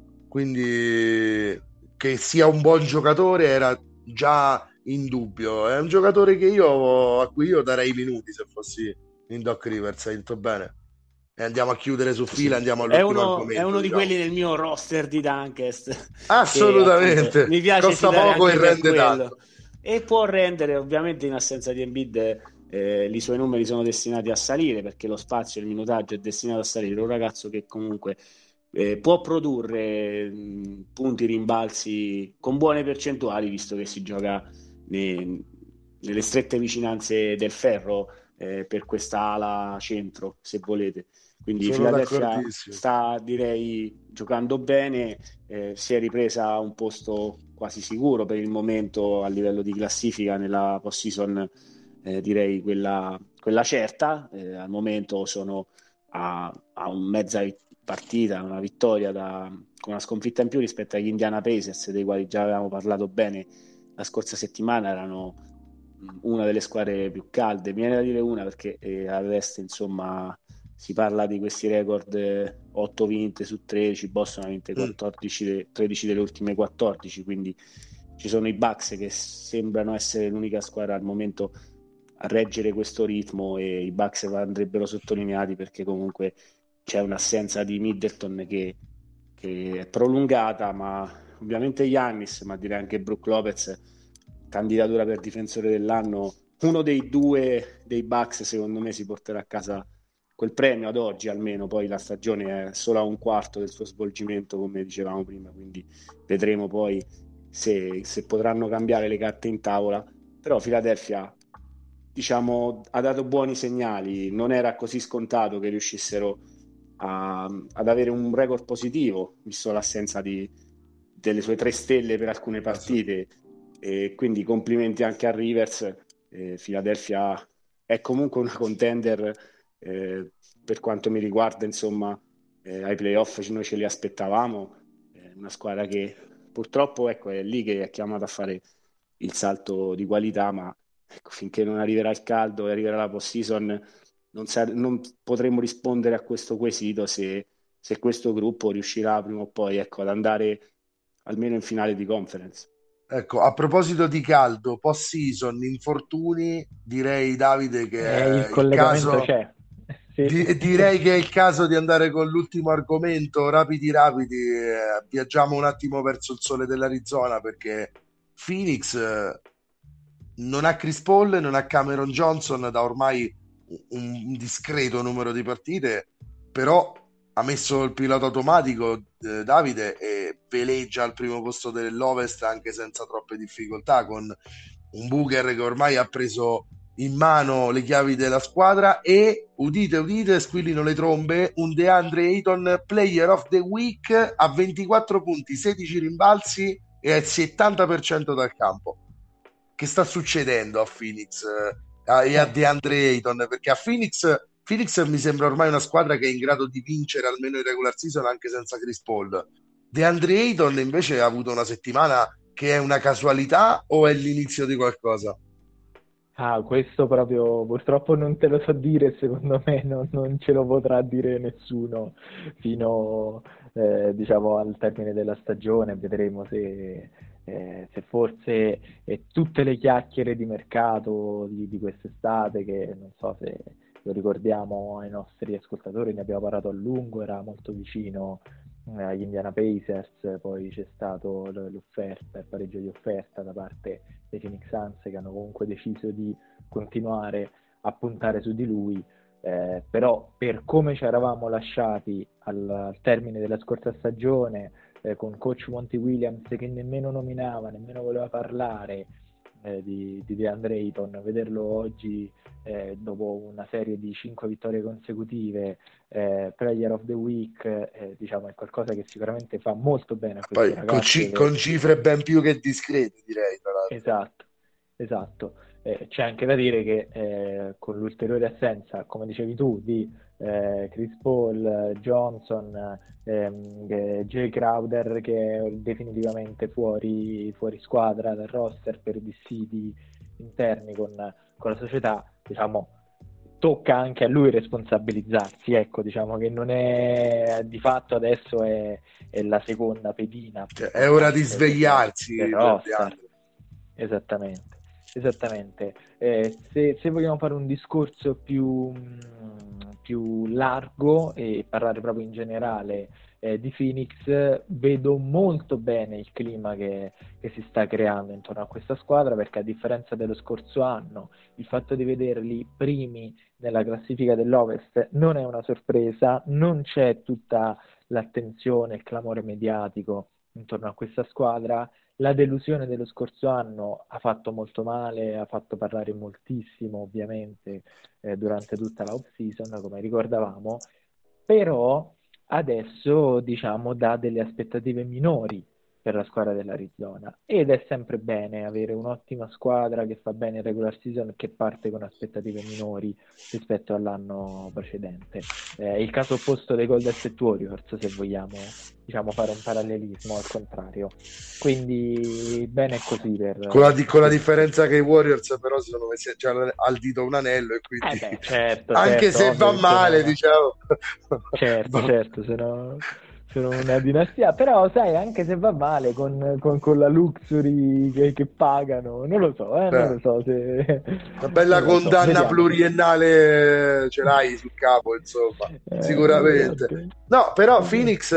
quindi che sia un buon giocatore era già in dubbio. È un giocatore a cui io darei minuti se fossi in Doc Rivers. Hai detto bene, e andiamo a chiudere su fila, andiamo all'ultimo argomento. È uno di quelli del mio roster di Dunkest, assolutamente, che, appunto, mi piace, costa poco e rende tanto, e può rendere, ovviamente in assenza di Embiid i suoi numeri sono destinati a salire, perché lo spazio e il minutaggio è destinato a salire. Un ragazzo che comunque può produrre punti, rimbalzi con buone percentuali, visto che si gioca nelle strette vicinanze del ferro, per questa ala centro, se volete. Quindi Philadelphia sta, direi, giocando bene, si è ripresa un posto quasi sicuro per il momento a livello di classifica nella post-season, direi quella certa. Al momento sono a un mezza partita, una vittoria con una sconfitta in più rispetto agli Indiana Pacers, dei quali già avevamo parlato bene la scorsa settimana. Erano una delle squadre più calde, mi viene da dire una, perché all'est, insomma, si parla di questi record, 8 vinte su 13, Boston ha vinte 13 delle ultime 14, quindi ci sono i Bucks che sembrano essere l'unica squadra al momento a reggere questo ritmo, e i Bucks andrebbero sottolineati, perché comunque c'è un'assenza di Middleton che è prolungata, ma ovviamente Giannis, ma direi anche Brook Lopez, candidatura per difensore dell'anno. Uno dei due dei Bucks secondo me si porterà a casa quel premio ad oggi, almeno. Poi la stagione è solo a un quarto del suo svolgimento, come dicevamo prima, quindi vedremo poi se potranno cambiare le carte in tavola. Però Philadelphia, diciamo, ha dato buoni segnali, non era così scontato che riuscissero ad avere un record positivo, visto l'assenza delle sue 3 stelle per alcune partite, e quindi complimenti anche a Rivers. Philadelphia è comunque una contender, per quanto mi riguarda, insomma, ai playoff noi ce li aspettavamo, una squadra che purtroppo, ecco, è lì che è chiamata a fare il salto di qualità, ma ecco, finché non arriverà il caldo e arriverà la post-season non potremo rispondere a questo quesito se questo gruppo riuscirà prima o poi, ecco, ad andare almeno in finale di conference. Ecco, a proposito di caldo, post-season, infortuni, direi, Davide, che il collegamento caso... c'è. Sì. Direi che è il caso di andare con l'ultimo argomento, rapidi, viaggiamo un attimo verso il sole dell'Arizona, perché Phoenix non ha Chris Paul, non ha Cameron Johnson da ormai un discreto numero di partite, però ha messo il pilota automatico, Davide, e veleggia al primo posto dell'Ovest anche senza troppe difficoltà, con un Booker che ormai ha preso in mano le chiavi della squadra e, udite udite, squillino le trombe, un DeAndre Ayton Player of the Week a 24 punti, 16 rimbalzi e al 70% dal campo. Che sta succedendo a Phoenix e a DeAndre Ayton? Perché a Phoenix mi sembra ormai una squadra che è in grado di vincere almeno in regular season anche senza Chris Paul. DeAndre Ayton invece ha avuto una settimana che è una casualità o è l'inizio di qualcosa? Questo proprio purtroppo non te lo so dire, secondo me non ce lo potrà dire nessuno fino diciamo al termine della stagione. Vedremo se forse tutte le chiacchiere di mercato di quest'estate, che non so se lo ricordiamo ai nostri ascoltatori, ne abbiamo parlato a lungo, era molto vicino agli Indiana Pacers, poi c'è stato l'offerta, il pareggio di offerta da parte dei Phoenix Suns, che hanno comunque deciso di continuare a puntare su di lui, però per come ci eravamo lasciati al termine della scorsa stagione, con coach Monty Williams che nemmeno nominava, nemmeno voleva parlare di DeAndre Ayton, vederlo oggi dopo una serie di 5 vittorie consecutive, Player of the Week, diciamo è qualcosa che sicuramente fa molto bene a questo ragazzo. Con cifre ben più che discrete, direi. Esatto. C'è anche da dire che con l'ulteriore assenza, come dicevi tu, di Chris Paul, Johnson, Jay Crowder, che è definitivamente fuori squadra dal roster per dissidi interni con la società, diciamo, tocca anche a lui responsabilizzarsi, ecco, diciamo che non è di fatto adesso è la seconda pedina, è ora di svegliarsi del roster. Esattamente. Se vogliamo fare un discorso più largo e parlare proprio in generale di Phoenix, vedo molto bene il clima che si sta creando intorno a questa squadra, perché a differenza dello scorso anno il fatto di vederli primi nella classifica dell'Ovest non è una sorpresa, non c'è tutta l'attenzione, il clamore mediatico intorno a questa squadra. La delusione dello scorso anno ha fatto molto male, ha fatto parlare moltissimo ovviamente durante tutta la off-season, come ricordavamo, però adesso diciamo dà delle aspettative minori per la squadra dell'Arizona, ed è sempre bene avere un'ottima squadra che fa bene in regular season, che parte con aspettative minori rispetto all'anno precedente. Il caso opposto dei Golden State Warriors, se vogliamo diciamo fare un parallelismo al contrario, quindi bene così con la differenza che i Warriors però si sono messi già al dito un anello, e quindi certo, anche se va male, diciamo, certo, sono una dinastia, però sai, anche se va male con la luxury che pagano, non lo so se una bella condanna pluriennale ce l'hai sul capo, insomma, sicuramente. No, però Phoenix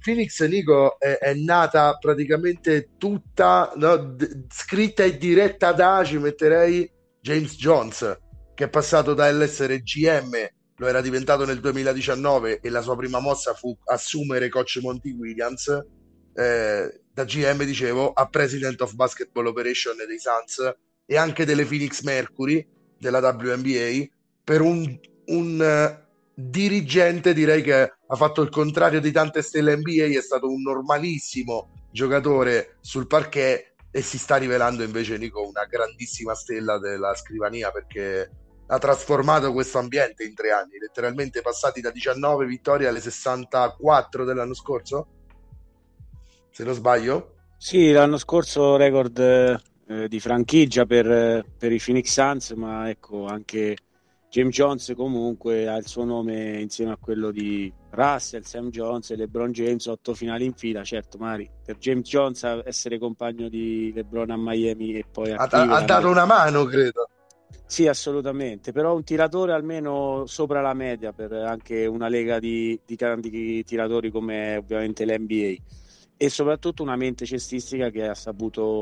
Nico è nata praticamente tutta, no, scritta e diretta da, ci metterei, James Jones, che è passato dall'essere GM, lo era diventato nel 2019, e la sua prima mossa fu assumere coach Monty Williams, da GM, dicevo, a President of Basketball Operation dei Suns e anche delle Phoenix Mercury della WNBA, per un dirigente, direi, che ha fatto il contrario di tante stelle NBA, è stato un normalissimo giocatore sul parquet e si sta rivelando invece, Nico, una grandissima stella della scrivania, perché ha trasformato questo ambiente in 3 anni, letteralmente passati da 19 vittorie alle 64 dell'anno scorso, se non sbaglio. Sì, l'anno scorso record di franchigia per i Phoenix Suns, ma ecco, anche James Jones comunque ha il suo nome insieme a quello di Russell, Sam Jones e LeBron James, 8 finali in fila. Certo, magari per James Jones essere compagno di LeBron a Miami e poi ha dato una mano, credo. Sì, assolutamente, però un tiratore almeno sopra la media per anche una lega di grandi tiratori come ovviamente l'NBA, e soprattutto una mente cestistica che ha saputo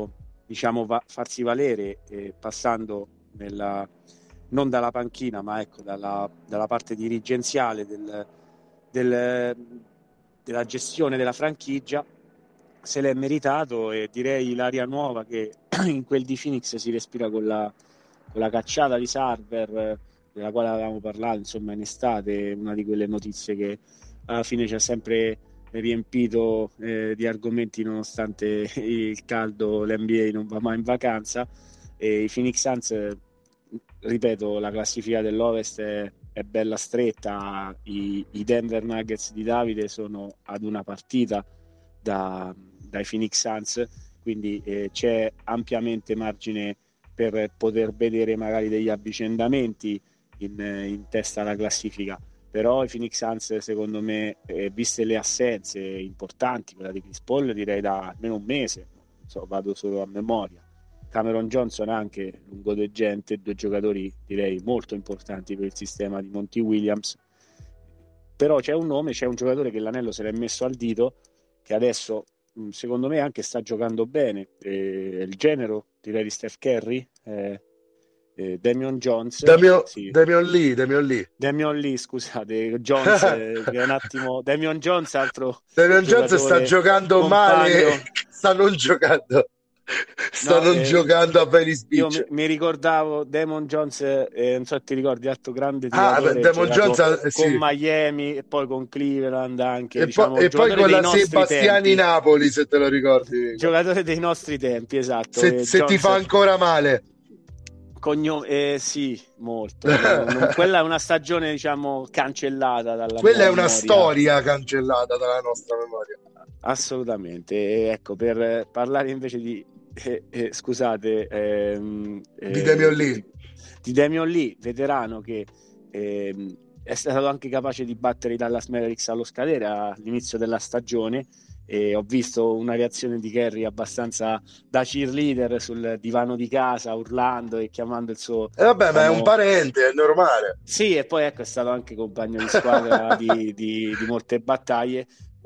diciamo farsi valere, passando non dalla panchina, ma ecco dalla parte dirigenziale della gestione della franchigia. Se l'è meritato, e direi l'aria nuova che in quel di Phoenix si respira con la cacciata di Sarver, della quale avevamo parlato insomma in estate, una di quelle notizie che alla fine ci ha sempre riempito di argomenti, nonostante il caldo, l'NBA non va mai in vacanza. E i Phoenix Suns, ripeto, la classifica dell'Ovest è bella stretta. I Denver Nuggets di Davide sono ad una partita dai Phoenix Suns, quindi c'è ampiamente margine per poter vedere magari degli avvicendamenti in testa alla classifica. Però i Phoenix Suns, secondo me, viste le assenze importanti, quella di Chris Paul direi da almeno un mese, vado solo a memoria, Cameron Johnson anche lungodeggente, 2 giocatori direi molto importanti per il sistema di Monty Williams. Però c'è un nome, c'è un giocatore che l'anello se l'è messo al dito, che adesso secondo me anche sta giocando bene, il genero direi di Steph Curry, Damian Jones, Damian Lee, scusate, Jones, che è un attimo, Damian Jones, altro Damian Jones sta giocando male, sta non giocando a Venice Beach. Io mi ricordavo Damon Jones, non so se ti ricordi, altro grande tiratore, Damon Jones, con Miami e poi con Cleveland anche, e diciamo, poi con la Sebastiani Napoli, se te lo ricordi, giocatore dei nostri tempi, esatto. Se Jones, ti fa ancora male cognome, sì, molto. Quella è una stagione, diciamo, cancellata dalla quella memoria. È una storia cancellata dalla nostra memoria, assolutamente. E ecco, per parlare invece di scusate, di Damian Lee, di Damian Lee, veterano che è stato anche capace di battere i Dallas Mavericks allo scadere all'inizio della stagione, e ho visto una reazione di Curry abbastanza da cheerleader sul divano di casa, urlando e chiamando il suo ma è un parente, è normale. Sì, e poi ecco, è stato anche compagno di squadra di molte battaglie,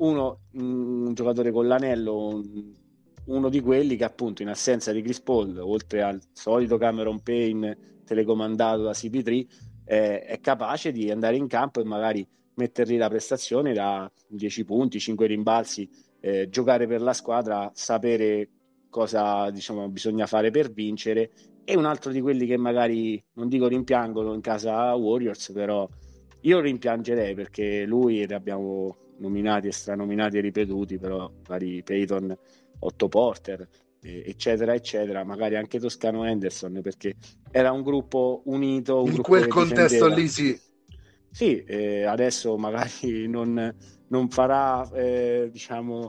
un giocatore con l'anello, uno di quelli che appunto in assenza di Chris Paul, oltre al solito Cameron Payne telecomandato da CP3, è capace di andare in campo e magari mettergli la prestazione da 10 punti, 5 rimbalzi, giocare per la squadra, sapere cosa, diciamo, bisogna fare per vincere. E un altro di quelli che magari, non dico rimpiangono in casa Warriors, però io rimpiangerei, perché lui, ed abbiamo nominati e stranominati e ripetuti, però vari Peyton, Otto Porter, eccetera eccetera, magari anche Toscano Henderson, perché era un gruppo unito, un in gruppo quel contesto difendeva. lì sì, adesso magari non farà diciamo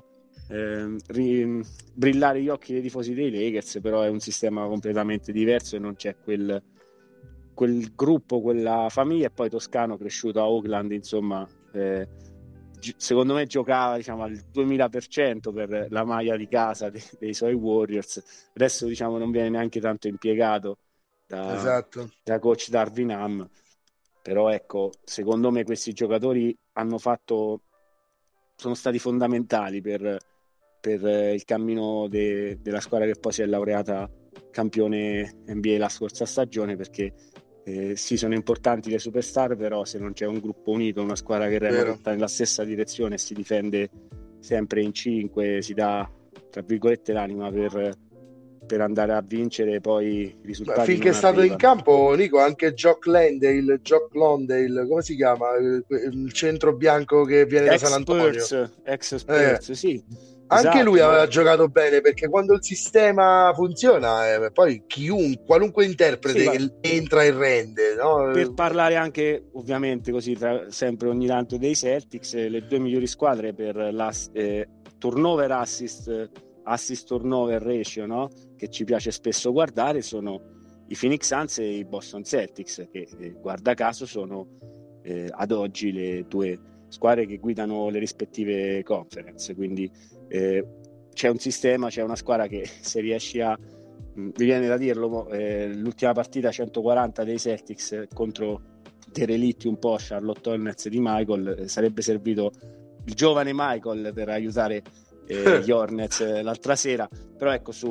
brillare gli occhi dei tifosi dei Lakers, però è un sistema completamente diverso e non c'è quel gruppo, quella famiglia. E poi Toscano, cresciuto a Oakland, insomma, secondo me giocava, diciamo, al 2000% per la maglia di casa dei suoi Warriors. Adesso, diciamo, non viene neanche tanto impiegato da coach Darvin Ham, però ecco, secondo me questi giocatori sono stati fondamentali per il cammino della squadra che poi si è laureata campione NBA la scorsa stagione, perché sì, sono importanti le superstar, però se non c'è un gruppo unito, una squadra che rema tutta nella stessa direzione e si difende sempre in 5, si dà tra virgolette l'anima per andare a vincere, poi i risultati finché è stato in campo, Nico, anche Jock Landale, come si chiama, il centro bianco che viene da San Antonio, ex Spurs, sì, anche esatto. Lui aveva giocato bene, perché quando il sistema funziona, poi qualunque interprete entra e rende, no? Per parlare anche, ovviamente, così sempre ogni tanto dei Celtics, le 2 migliori squadre per la turnover assist turnover ratio, no? Che ci piace spesso guardare, sono i Phoenix Suns e i Boston Celtics, che guarda caso sono ad oggi le 2 squadre che guidano le rispettive conference. Quindi c'è un sistema, c'è una squadra che, se riesci mi viene da dirlo, l'ultima partita 140 dei Celtics contro derelitti un po' Charlotte Hornets di Michael, sarebbe servito il giovane Michael per aiutare gli Hornets l'altra sera. Però ecco, su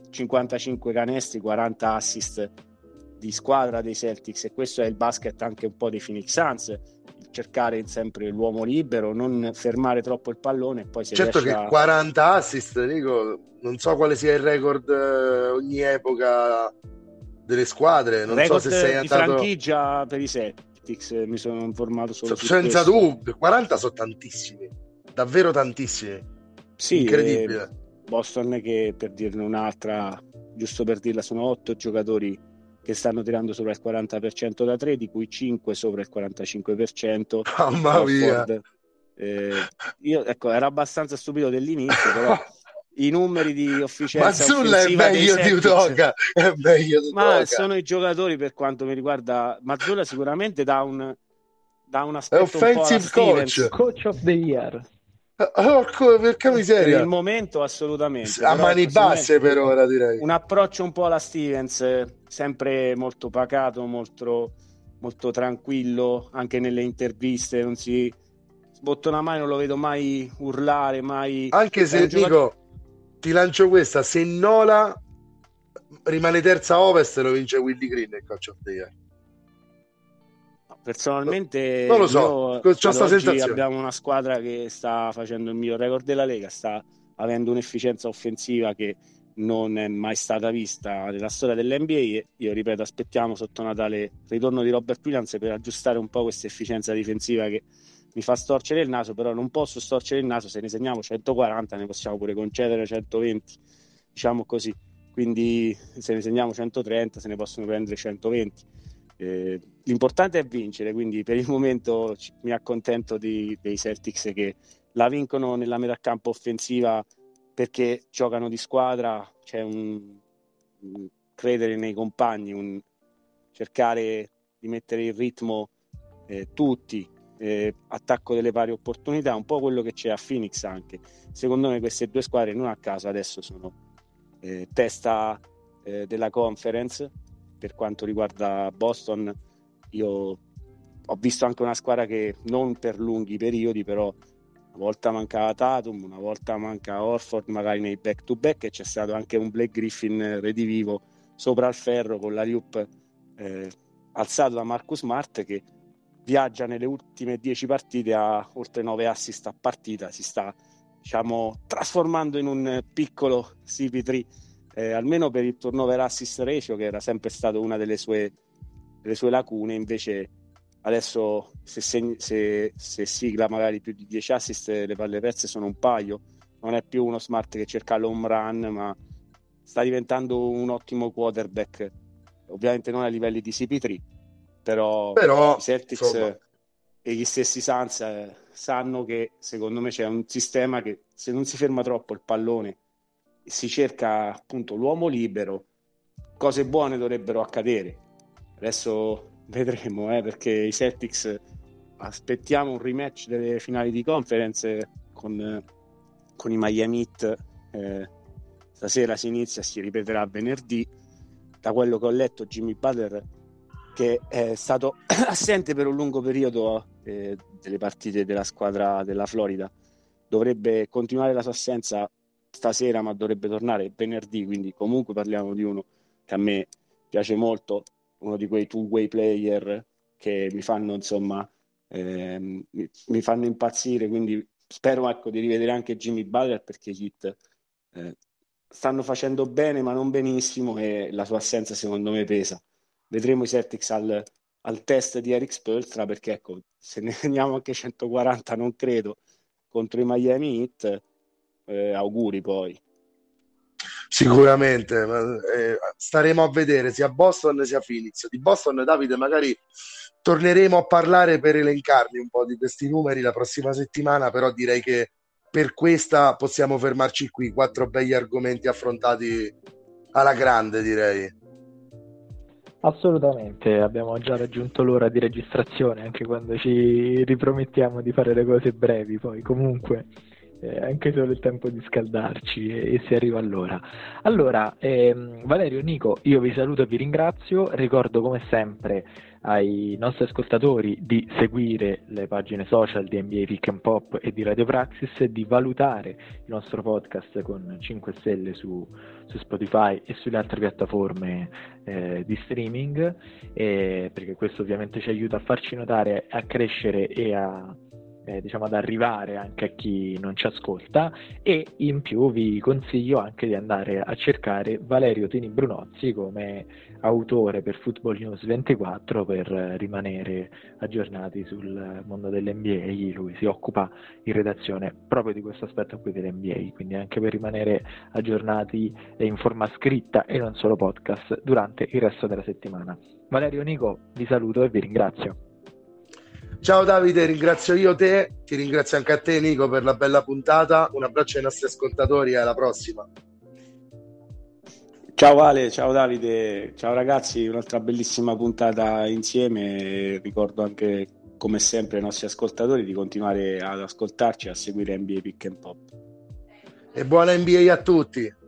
55 canestri, 40 assist di squadra dei Celtics, e questo è il basket anche un po' dei Phoenix Suns, cercare sempre l'uomo libero, non fermare troppo il pallone, e poi se certo riesce che 40 assist, dico, non so quale sia il record ogni epoca delle squadre, non record so se sei di andato franchigia per i Celtics, mi sono informato solo su senza questo. dubbio. 40 sono tantissimi, davvero tantissimi, Sì, incredibile. Boston, che per dirne un'altra, giusto per dirla, sono 8 giocatori che stanno tirando sopra il 40% da 3, di cui 5 sopra il 45%. Mamma mia. Io ecco, ero abbastanza stupito dell'inizio, però i numeri di efficienza Mazzulla è offensiva dei meglio di Celtics, Udoka, è meglio di ma Udoka. sono i giocatori, per quanto mi riguarda. Mazzulla sicuramente dà un È aspetto un po' alla offensive Stevens. Coach of the year. Porco, perché Per miseria. il momento assolutamente, A però, mani ecco, secondo basse me per ora, direi. un approccio un po' alla Stevens, sempre molto pacato, molto, molto tranquillo, anche nelle interviste non si sbottona mai, non lo vedo mai urlare, mai. Anche se dico, ti lancio questa, se Nola rimane terza a Ovest lo vince Willie Green il Coach of the Year. Personalmente non lo so, c'ho sta oggi sensazione. abbiamo una squadra che sta facendo il miglior record della Lega, sta avendo un'efficienza offensiva che non è mai stata vista nella storia dell'NBA. Io ripeto, aspettiamo sotto Natale il ritorno di Robert Williams per aggiustare un po' questa efficienza difensiva che mi fa storcere il naso, però non posso storcere il naso, se ne segniamo 140 ne possiamo pure concedere 120, diciamo così, quindi se ne segniamo 130 se ne possono prendere 120. L'importante è vincere, quindi per il momento mi accontento dei Celtics che la vincono nella metà campo offensiva, perché giocano di squadra, c'è un credere nei compagni, un cercare di mettere in ritmo tutti, attacco delle pari opportunità, un po' quello che c'è a Phoenix anche. Secondo me queste due squadre non a caso adesso sono testa della conference. Per quanto riguarda Boston, io ho visto anche una squadra che non per lunghi periodi, però una volta mancava Tatum, una volta manca Horford magari nei back to back, e c'è stato anche un Blake Griffin redivivo sopra il ferro con l'alley-oop alzato da Marcus Smart, che viaggia nelle ultime 10 partite a oltre 9 assist a partita, si sta, diciamo, trasformando in un piccolo CP3, almeno per il turnover assist ratio, che era sempre stato una delle sue lacune. Invece adesso se sigla magari più di 10 assist, le palle perse sono un paio, non è più uno Smart che cerca l'home run, ma sta diventando un ottimo quarterback, ovviamente non a livelli di CP3, però i Celtics, insomma, e gli stessi Suns sanno che secondo me c'è un sistema che, se non si ferma troppo il pallone, si cerca appunto l'uomo libero, cose buone dovrebbero accadere. Adesso vedremo, perché i Celtics aspettiamo un rematch delle finali di conference con i Miami Heat. Stasera si inizia, si ripeterà venerdì. Da quello che ho letto, Jimmy Butler, che è stato assente per un lungo periodo delle partite della squadra della Florida, dovrebbe continuare la sua assenza stasera, ma dovrebbe tornare venerdì, quindi comunque parliamo di uno che a me piace molto, uno di quei two-way player che mi fanno, insomma, mi fanno impazzire, quindi spero, ecco, di rivedere anche Jimmy Butler, perché gli Heat stanno facendo bene ma non benissimo, e la sua assenza secondo me pesa. Vedremo i Celtics al test di Eric Spoelstra, perché ecco, se ne andiamo anche 140 non credo contro i Miami Heat, auguri poi. Sicuramente, staremo a vedere sia Boston sia Phoenix. Di Boston, Davide, magari torneremo a parlare per elencarli un po' di questi numeri la prossima settimana, però direi che per questa possiamo fermarci qui, 4 begli argomenti affrontati alla grande, direi. Assolutamente, abbiamo già raggiunto l'ora di registrazione, anche quando ci ripromettiamo di fare le cose brevi. Poi comunque anche solo il tempo di scaldarci e si arriva all'ora. Allora, Valerio, Nico, io vi saluto e vi ringrazio, ricordo come sempre ai nostri ascoltatori di seguire le pagine social di NBA Pick and Pop e di Radio Praxis e di valutare il nostro podcast con 5 stelle su Spotify e sulle altre piattaforme di streaming, perché questo ovviamente ci aiuta a farci notare, a crescere e diciamo ad arrivare anche a chi non ci ascolta, e in più vi consiglio anche di andare a cercare Valerio Tini Brunozzi come autore per Football News 24 per rimanere aggiornati sul mondo dell'NBA. Lui si occupa in redazione proprio di questo aspetto qui dell'NBA, quindi anche per rimanere aggiornati in forma scritta e non solo podcast durante il resto della settimana. Valerio, Nico, vi saluto e vi ringrazio. Ciao Davide, ringrazio io te, ti ringrazio anche a te Nico per la bella puntata, un abbraccio ai nostri ascoltatori e alla prossima. Ciao Vale, ciao Davide, ciao ragazzi, un'altra bellissima puntata insieme. Ricordo anche come sempre ai nostri ascoltatori di continuare ad ascoltarci e a seguire NBA Pick and Pop. E buona NBA a tutti!